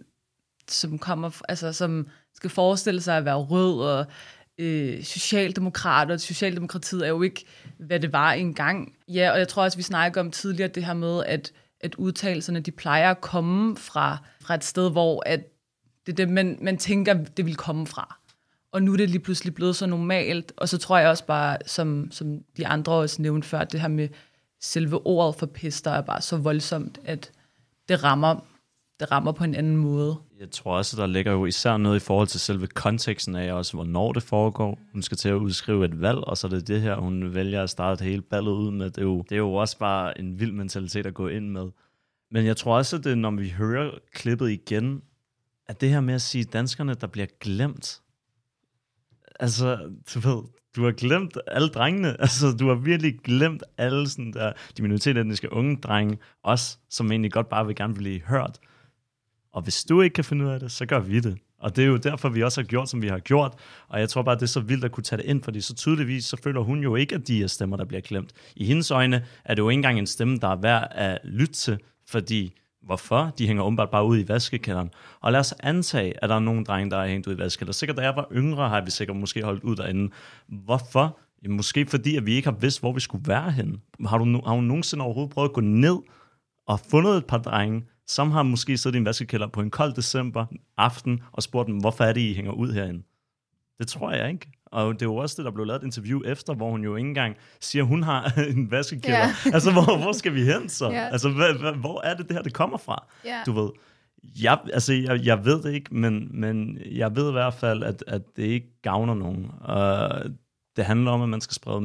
som skal forestille sig at være rød, og socialdemokrater. Socialdemokratiet er jo ikke, hvad det var engang. Ja, og jeg tror også, vi snakker om tidligere det her med, at udtalelserne, de plejer at komme fra et sted, hvor at det er det, man tænker, det vil komme fra. Og nu er det lige pludselig blevet så normalt. Og så tror jeg også bare, som de andre også nævnte før, det her med selve ordet forpester er bare så voldsomt, at det rammer på en anden måde. Jeg tror også, der ligger jo især noget i forhold til selve konteksten af også, hvornår det foregår. Hun skal til at udskrive et valg, og så er det her, hun vælger at starte hele ballet ud med. Det er jo også bare en vild mentalitet at gå ind med. Men jeg tror også, at det, når vi hører klippet igen, at det her med at sige danskerne, der bliver glemt. Altså, du har glemt alle drengene. Altså, du har virkelig glemt alle sådan der, de minoritetsetniske unge drenge, os, som egentlig godt bare vil gerne blive hørt. Og hvis du ikke kan finde ud af det, så gør vi det. Og det er jo derfor, vi også har gjort, som vi har gjort. Og jeg tror bare, det er så vildt at kunne tage det ind, fordi så tydeligvis, så føler hun jo ikke, at de er stemmer, der bliver glemt. I hendes øjne er det jo ikke engang en stemme, der er værd at lytte til, fordi hvorfor? De hænger åbenbart bare ud i vaskekælderen. Og lad os antage, at der er nogle drenge, der er hængt ud i vaskekælderen. Sikkert da jeg var yngre, har vi sikkert måske holdt ud derinde. Hvorfor? Måske fordi, at vi ikke har vidst, hvor vi skulle være henne. Har hun nogensinde overhovedet prøvet at gå ned og fundet et par drenge, som har måske siddet i en vaskekælder på en kold december aften og spurgt dem, hvorfor er det, I hænger ud herinde? Det tror jeg ikke. Og det er jo også det, der blev lavet et interview efter, hvor hun jo ikke engang siger, at hun har en vaskekælder. Yeah. Altså, hvor skal vi hen så? Yeah. Altså, hvor er det her, det kommer fra? Yeah. Du ved. Jeg ved det ikke, men jeg ved i hvert fald, at det ikke gavner nogen. Det handler om, at man skal sprede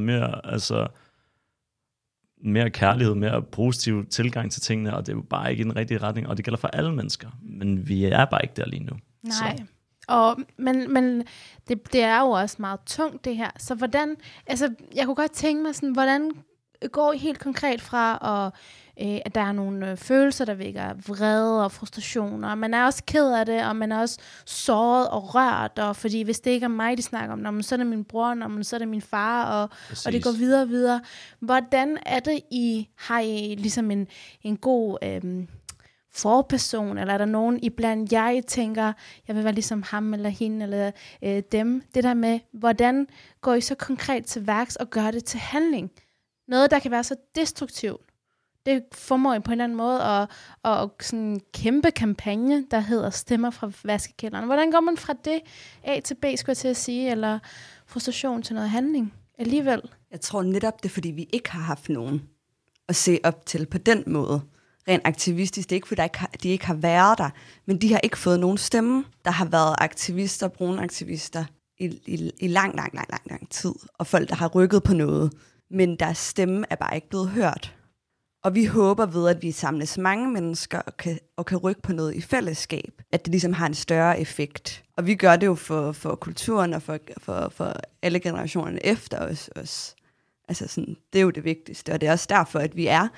mere kærlighed, mere positiv tilgang til tingene, og det er jo bare ikke i den rigtige retning, og det gælder for alle mennesker. Men vi er bare ikke der lige nu. Nej. Men det er jo også meget tungt, det her. Så hvordan, altså, jeg kunne godt tænke mig sådan, hvordan går I helt konkret fra, at der er nogle følelser, der vækker vrede og frustrationer, og man er også ked af det, og man er også såret og rørt, og fordi hvis det ikke er mig, de snakker om, så er det min bror, så er det min far, og det går videre og videre. Hvordan er det, har I ligesom en god forperson, eller er der nogen iblandt jeg tænker, jeg vil være ligesom ham eller hende eller dem. Det der med, hvordan går I så konkret til værks og gør det til handling? Noget, der kan være så destruktivt. Det formår I på en eller anden måde at sådan en kæmpe kampagne, der hedder Stemmer fra vaskekælderen. Hvordan går man fra det A til B, skulle jeg til at sige, eller frustration til noget handling alligevel? Jeg tror netop, det er, fordi vi ikke har haft nogen at se op til på den måde. rent aktivistisk. Det er ikke, fordi de ikke har været der, men de har ikke fået nogen stemme. Der har været aktivister, brune aktivister, i lang tid, og folk, der har rykket på noget. Men deres stemme er bare ikke blevet hørt. Og vi håber ved, at vi samles mange mennesker og kan rykke på noget i fællesskab, at det ligesom har en større effekt. Og vi gør det jo for kulturen og for alle generationerne efter os også. Altså sådan, det er jo det vigtigste, og det er også derfor, at vi er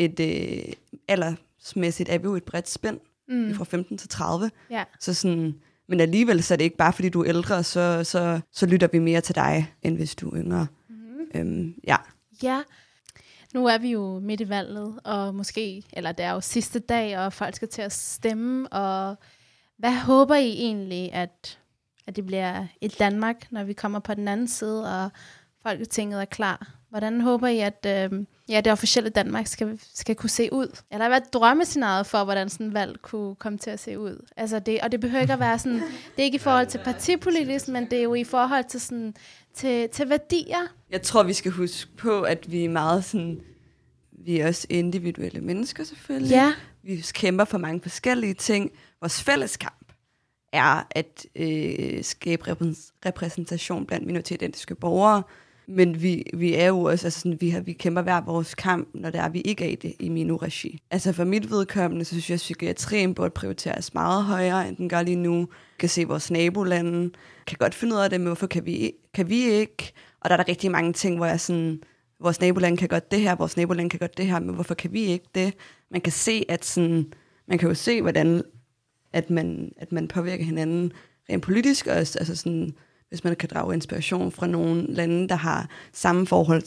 aldersmæssigt er vi jo et bredt spænd fra 15 til 30. Ja. Så sådan, men alligevel så er det ikke bare, fordi du er ældre, så lytter vi mere til dig, end hvis du er yngre. Ja. Nu er vi jo midt i valget, og måske, eller det er jo sidste dag, og folk skal til at stemme, og hvad håber I egentlig, at det bliver et Danmark, når vi kommer på den anden side, og Folketinget er klar? Hvordan håber I, at det officielle Danmark skal kunne se ud? Eller hvad drømmescenariet for, hvordan sådan et valg kunne komme til at se ud? Altså det behøver ikke at være sådan, det er ikke i forhold til partipolitisk, men det er jo i forhold til sådan, til værdier. Jeg tror, vi skal huske på, at vi er meget sådan, vi er også individuelle mennesker selvfølgelig. Ja. Vi kæmper for mange forskellige ting. Vores fælleskamp er at skabe repræsentation blandt minoritetsetniske borgere. Men vi er jo også, altså sådan, vi kæmper hver vores kamp, når det er, vi ikke er i det i Minu-regi. Altså for mit vedkommende, så synes jeg, at psykiatrien burde prioriteres meget højere, end den gør lige nu. Kan se vores nabolande, kan godt finde ud af det, men hvorfor kan vi ikke? Og der er der rigtig mange ting, hvor jeg sådan, vores nabolande kan godt det her, vores nabolande kan godt det her, men hvorfor kan vi ikke det? Man kan se, at sådan, man kan jo se, hvordan at man påvirker hinanden rent politisk også, altså sådan, hvis man kan drage inspiration fra nogle lande, der har samme forhold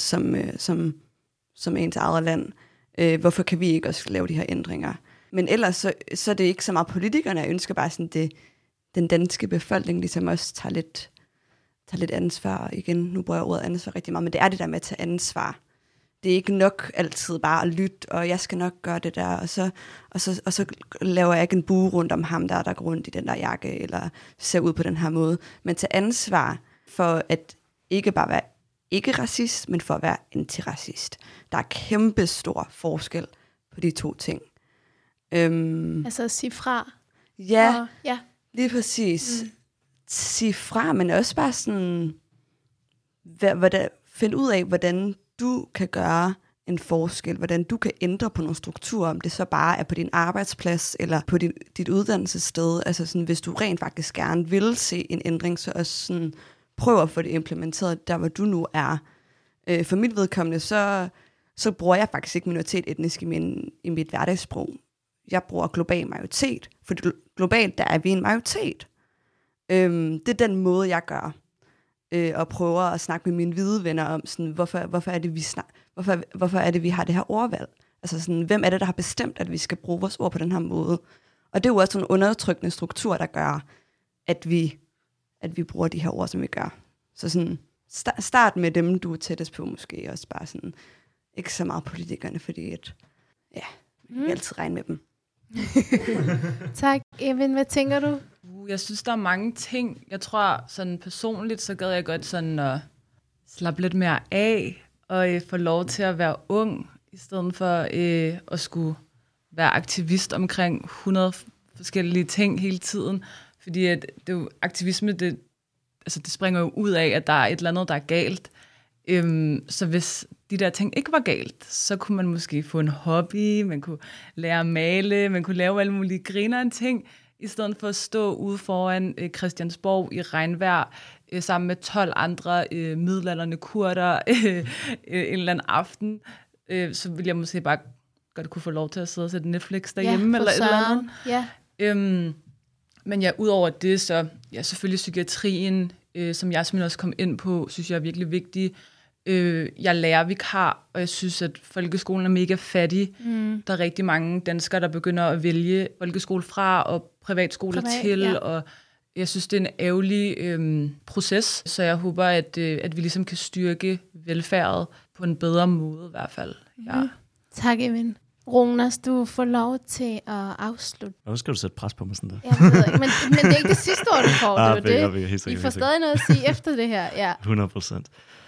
som ens eget land. Hvorfor kan vi ikke også lave de her ændringer? Men ellers så er det ikke så meget politikerne. Jeg ønsker bare sådan, den danske befolkning ligesom også tager lidt ansvar. Igen, nu bruger jeg ordet ansvar rigtig meget, men det er det der med at tage ansvar. Det er ikke nok altid bare at lytte, og jeg skal nok gøre det der, og så laver jeg ikke en bue rundt om ham, der går rundt i den der jakke, eller ser ud på den her måde. Men tage ansvar for at ikke bare være ikke-racist, men for at være antiracist. Der er kæmpe stor forskel på de to ting. Altså at sige fra. Ja, lige præcis. Sige fra, men også bare sådan, finde ud af, hvordan du kan gøre en forskel, hvordan du kan ændre på nogle strukturer, om det så bare er på din arbejdsplads, eller på dit uddannelsessted. Altså sådan, hvis du rent faktisk gerne vil se en ændring, så også sådan, prøv at få det implementeret der, hvor du nu er. For mit vedkommende, så bruger jeg faktisk ikke minoritet etnisk i mit hverdagssprog. Jeg bruger global majoritet, for globalt, der er vi en majoritet. Det er den måde, jeg gør. Og prøver at snakke med mine hvide venner om, sådan, hvorfor er det, vi har det her ordvalg? Altså sådan, hvem er det, der har bestemt, at vi skal bruge vores ord på den her måde? Og det er jo også en undertrykkende struktur, der gør, at vi bruger de her ord, som vi gør. Så sådan, start med dem, du er tættest på måske, også bare sådan, ikke så meget politikerne, fordi vi kan altid regne med dem. Tak, Evin. Hvad tænker du? Jeg synes, der er mange ting. Jeg tror, sådan personligt, så gad jeg godt sådan at slappe lidt mere af, og få lov til at være ung, i stedet for at skulle være aktivist omkring 100 forskellige ting hele tiden. Fordi at det jo, aktivisme, det springer jo ud af, at der er et eller andet, der er galt. Så hvis de der ting ikke var galt, så kunne man måske få en hobby, man kunne lære at male, man kunne lave alle mulige grinerne ting, i stedet for at stå ude foran Christiansborg i regnvejr, sammen med 12 andre middelaldrende kurder en eller anden aften, så ville jeg måske bare godt kunne få lov til at sidde og sætte Netflix derhjemme, eller et eller andet. Ja. Men ja, udover det, så selvfølgelig psykiatrien, som jeg simpelthen også kom ind på, synes jeg er virkelig vigtig. Jeg er lærervikar, og jeg synes, at folkeskolen er mega fattig. Der er rigtig mange danskere, der begynder at vælge folkeskole fra og privatskoler til, og jeg synes, det er en ærgerlig proces, så jeg håber, at vi ligesom kan styrke velfærdet på en bedre måde i hvert fald. Ja. Tak, Evin. Ronas, du får lov til at afslutte. Hvorfor skal du sætte pres på mig sådan der? Jeg ved ikke, men det er ikke det sidste ord, du får. Det er det. I får stadig noget at sige efter det her. Ja. 100%.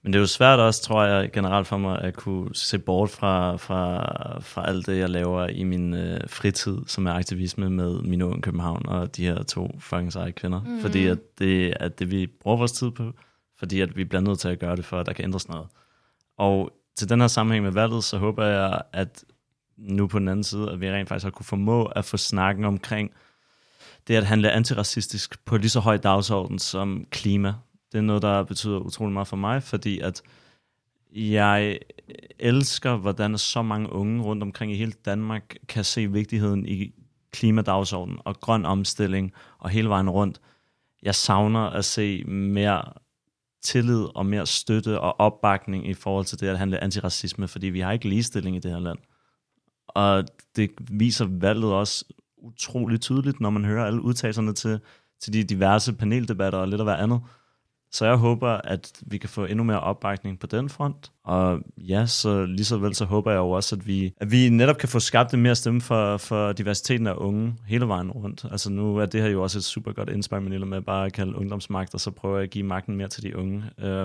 Men det er jo svært også, tror jeg, generelt for mig, at kunne se bort fra alt det, jeg laver i min fritid, som er aktivisme med Mine Unge København og de her 2 fucking seje kvinder. Fordi at det er det, vi bruger vores tid på. Fordi at vi bliver nødt til at gøre det, for at der kan ændres noget. Og til den her sammenhæng med valget, så håber jeg, at nu på den anden side, at vi rent faktisk har kunne formå at få snakken omkring det at handle antiracistisk på lige så høj dagsorden som klima. Det er noget, der betyder utrolig meget for mig, fordi at jeg elsker, hvordan så mange unge rundt omkring i hele Danmark kan se vigtigheden i klimadagsordenen og grøn omstilling og hele vejen rundt. Jeg savner at se mere tillid og mere støtte og opbakning i forhold til det at handle antiracisme, fordi vi har ikke ligestilling i det her land. Og det viser valget også utrolig tydeligt, når man hører alle udtalelserne til de diverse paneldebatter og lidt af hver andet. Så jeg håber, at vi kan få endnu mere opbakning på den front. Og ja, så lige så vel så håber jeg jo også, at vi netop kan få skabt en mere stemme for diversiteten af unge hele vejen rundt. Altså nu er det her jo også et super godt indspark, Manila, med bare at kalde ungdomsmagt, og så prøver jeg at give magten mere til de unge.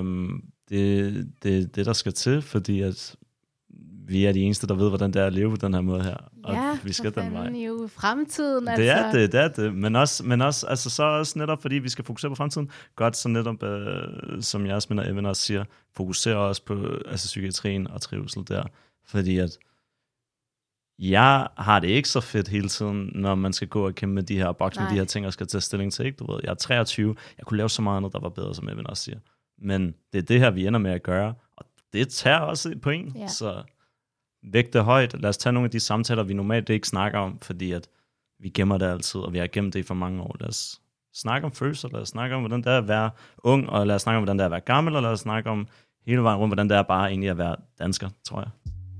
Det der skal til, fordi at vi er de eneste, der ved, hvordan det er at leve på den her måde her. Og ja, vi skal den vej. Ja, jo fremtiden. Det er det. Men også, altså så også netop, fordi vi skal fokusere på fremtiden. Godt, så netop, som Jasmin og Evan også siger, fokusere også på psykiatrien og trivsel der. Fordi at jeg har det ikke så fedt hele tiden, når man skal gå og kæmpe med de her bokse med de her ting, og skal tage stilling til. Ikke? Du ved, jeg er 23. Jeg kunne lave så meget andet, der var bedre, som Evan også siger. Men det er det her, vi ender med at gøre. Og det tager også på en. Ja. Så vægt det højt. Lad os tage nogle af de samtaler, vi normalt ikke snakker om, fordi at vi gemmer det altid, og vi har gemt det i for mange år. Lad os snakke om følelser, lad os snakke om, hvordan det er at være ung, og lad os snakke om, hvordan det er at være gammel, og lad os snakke om hele vejen rundt, hvordan det er bare egentlig at være dansker, tror jeg.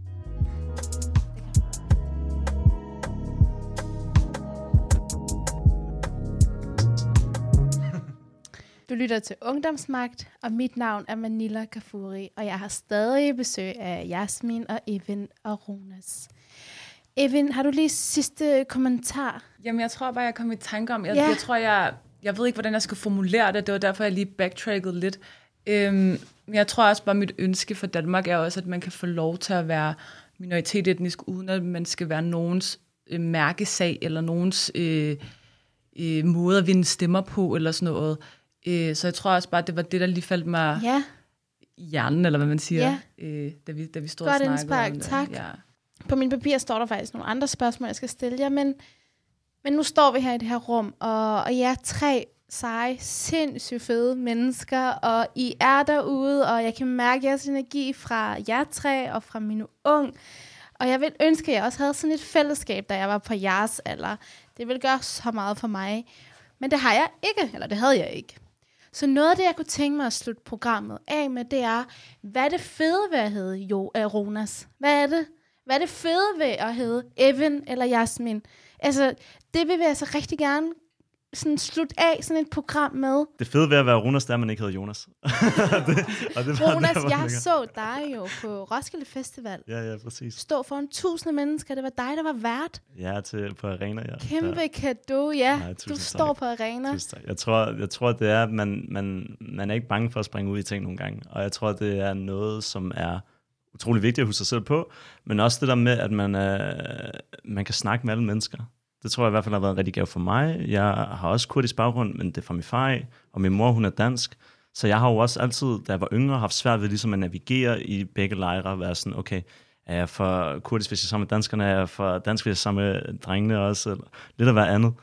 Du lytter til Ungdomsmagt, og mit navn er Manila Gafuri, og jeg har stadig besøg af Jasmin og Evan og Ronas. Evan, har du lige sidste kommentar? Jamen, jeg tror bare, jeg kom i tanke om, jeg tror, jeg ved ikke, hvordan jeg skal formulere det, det var derfor, jeg lige backtrackede lidt. Jeg tror også bare, mit ønske for Danmark er også, at man kan få lov til at være minoritetsetnisk, uden at man skal være nogens mærkesag, eller nogens måde at vinde stemmer på, eller sådan noget. Så jeg tror også bare, det var det, der lige faldt mig i hjernen, eller hvad man siger, da vi stod og snakkede om det. Tak. Ja. På min papir står der faktisk nogle andre spørgsmål, jeg skal stille jer, men nu står vi her i det her rum, og jeg er 3 seje, sindssygt fede mennesker, og I er derude, og jeg kan mærke jeres energi fra jer 3 og fra Mine Ung. Og jeg vil ønske, at jeg også havde sådan et fællesskab, da jeg var på jeres alder. Det vil gøre så meget for mig. Men det har jeg ikke, eller det havde jeg ikke. Så noget af det, jeg kunne tænke mig at slutte programmet af med, det er, hvad er det fede ved at hedde Ronas? Hvad er det? Hvad er det fede ved at hedde Evan eller Jasmin? Altså, det vil vi altså rigtig gerne sådan slutte af sådan et program med. Det fede ved at være Ronas, der man ikke hedder Jonas. Ronas, jeg så dig jo på Roskilde Festival. Ja, præcis. Stå foran 1000 mennesker. Det var dig, der var vært. Ja, på Arena, ja. Kæmpe cadeau, ja. Du står på Arena. Jeg tror, det er, at man er ikke bange for at springe ud i ting nogle gange. Og jeg tror, det er noget, som er utrolig vigtigt at huske sig selv på. Men også det der med, at man kan snakke med alle mennesker. Det tror jeg i hvert fald har været en rigtig gave for mig. Jeg har også kurdisk baggrund, men det er fra min far af, og min mor, hun er dansk. Så jeg har jo også altid, da jeg var yngre, haft svært ved ligesom at navigere i begge lejre, og være sådan, okay, er jeg for kurdisk, hvis jeg er sammen med danskerne, er jeg for dansk, hvis jeg er sammen med drengene også, eller lidt af hvad andet.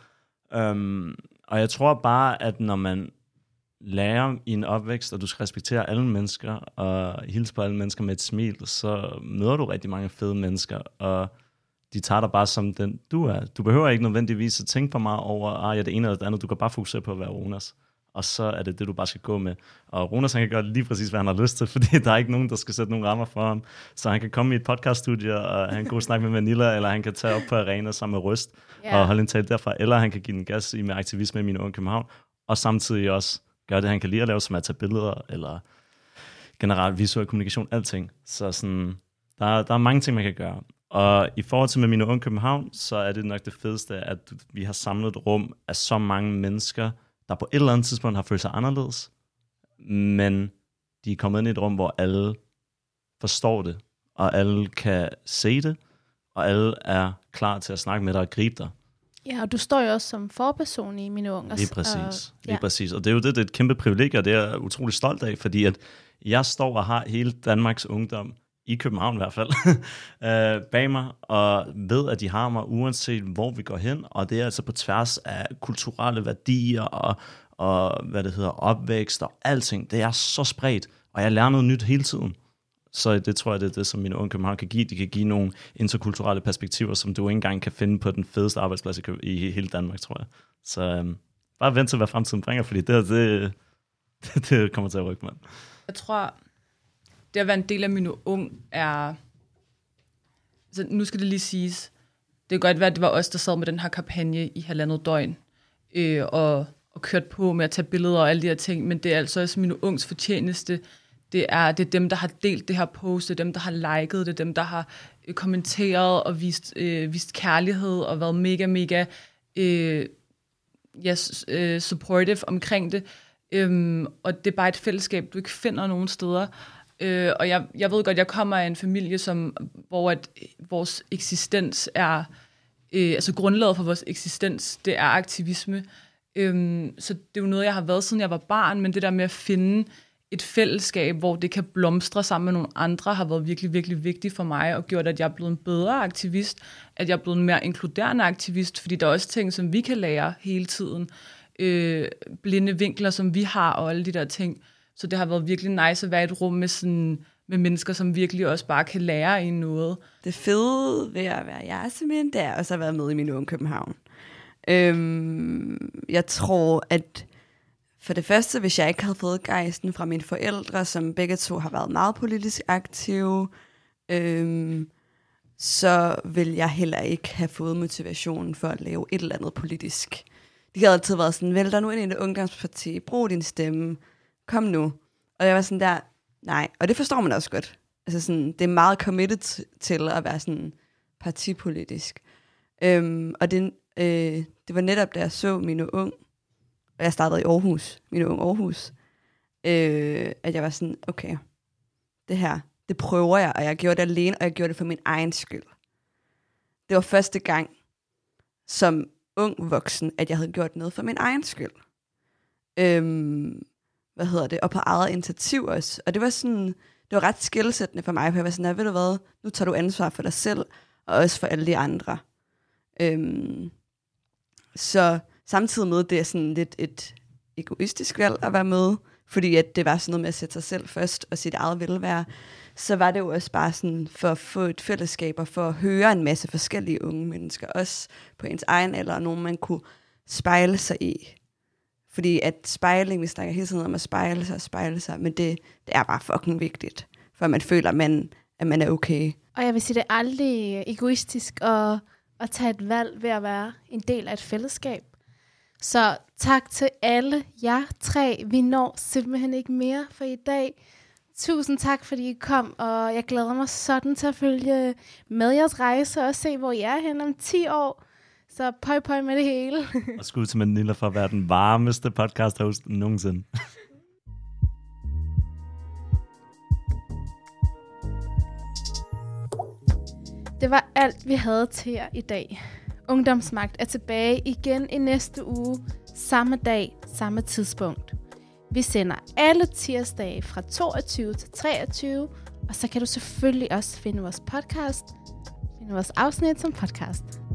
Og jeg tror bare, at når man lærer i en opvækst, og du skal respektere alle mennesker, og hilse på alle mennesker med et smil, så møder du rigtig mange fede mennesker, og de tager dig bare som den, du er. Du behøver ikke nødvendigvis at tænke for meget over, jeg er det ene eller det andet. Du kan bare fokusere på at være Ronas. Og så er det du bare skal gå med. Og Ronas, han kan gøre lige præcis, hvad han har lyst til, fordi der er ikke nogen, der skal sætte nogle rammer for ham. Så han kan komme i et podcaststudie, og han kan gå og snakke med Manila, eller han kan tage op på Arena sammen med Røst, og holde en tale derfra. Eller han kan give den gas i med aktivisme i Mine Unge København, og samtidig også gøre det, han kan lide at lave, som at tage billeder, eller generelt visuel kommunikation, alting. Så sådan, der er mange ting, man kan gøre. Og i forhold til med Mine Unge København, så er det nok det fedeste, at vi har samlet et rum af så mange mennesker, der på et eller andet tidspunkt har følt sig anderledes, men de er kommet ind i et rum, hvor alle forstår det, og alle kan se det, og alle er klar til at snakke med dig og gribe dig. Ja, og du står jo også som forperson i Mine Unge. Lige præcis. Og det er jo det er et kæmpe privilegie, og det er jeg utrolig stolt af, fordi at jeg står og har hele Danmarks ungdom, i København i hvert fald, bag mig, og ved, at de har mig, uanset hvor vi går hen, og det er altså på tværs af kulturelle værdier, og hvad det hedder, opvækst og alting. Det er så spredt, og jeg lærer noget nyt hele tiden. Så det tror jeg, det er det, som Mine Unge København kan give. De kan give nogle interkulturelle perspektiver, som du ikke engang kan finde på den fedeste arbejdsplads i hele Danmark, tror jeg. Så bare vent til, hvad fremtiden bringer, fordi det kommer til at rykke, mand. Jeg tror, det at være en del af Mine Unge er... Altså, nu skal det lige siges, det kan godt være, at det var os, der sad med den her kampagne i 1,5 døgn, og kørt på med at tage billeder og alle de her ting, men det er altså også Mine Unges fortjeneste. Det er dem, der har delt det her post, det er dem, der har liket, det er dem, der har kommenteret og vist kærlighed og været mega, mega supportive omkring det. Og det er bare et fællesskab, du ikke finder nogen steder. Og jeg ved godt, jeg kommer af en familie, hvor at vores eksistens er, altså grundlaget for vores eksistens, det er aktivisme. Så det er jo noget, jeg har været, siden jeg var barn, men det der med at finde et fællesskab, hvor det kan blomstre sammen med nogle andre, har været virkelig, virkelig vigtigt for mig, og gjort, at jeg er blevet en bedre aktivist, at jeg er blevet en mere inkluderende aktivist, fordi der er også ting, som vi kan lære hele tiden. Blinde vinkler, som vi har, og alle de der ting. Så det har været virkelig nice at være i et rum med mennesker, som virkelig også bare kan lære en noget. Det fede ved at være Jasmin, det er også at være med i Mine Unge København. Jeg tror, at for det første, hvis jeg ikke havde fået gejsten fra mine forældre, som begge to har været meget politisk aktive, så vil jeg heller ikke have fået motivationen for at lave et eller andet politisk. De har altid været sådan, vælg dig nu ind i et ungdomsparti, brug din stemme, kom nu. Og jeg var sådan der, nej, og det forstår man også godt. Altså sådan, det er meget committed til at være sådan partipolitisk. Og det var netop, da jeg så Mine Unge, og jeg startede i Aarhus, Mine Unge Aarhus, at jeg var sådan, okay, det her, det prøver jeg, og jeg gjorde det alene, og jeg gjorde det for min egen skyld. Det var første gang, som ung voksen, at jeg havde gjort noget for min egen skyld. Og på eget initiativ også. Og det var sådan, det var ret skelsættende for mig, for jeg var sådan, ved du hvad, nu tager du ansvar for dig selv, og også for alle de andre. Så samtidig med, det er sådan lidt et egoistisk valg at være med, fordi at det var sådan noget med at sætte sig selv først, og sit eget velvære, så var det jo også bare sådan, for at få et fællesskab, og for at høre en masse forskellige unge mennesker, også på ens egen alder, og nogen man kunne spejle sig i. Fordi at spejling, vi snakker hele tiden om at spejle sig, men det er bare fucking vigtigt, for at man føler, at man er okay. Og jeg vil sige, det er aldrig egoistisk at tage et valg ved at være en del af et fællesskab. Så tak til alle jer 3. Vi når simpelthen ikke mere for i dag. Tusind tak, fordi I kom, og jeg glæder mig sådan til at følge med jeres rejse og se, hvor I er hen om 10 år. Så pøj med det hele. Og skud til Manila for at være den varmeste podcast-host nogensinde. Det var alt, vi havde til jer i dag. Ungdomsmagt er tilbage igen i næste uge, samme dag, samme tidspunkt. Vi sender alle tirsdage fra 22 til 23, og så kan du selvfølgelig også finde vores afsnit som podcast.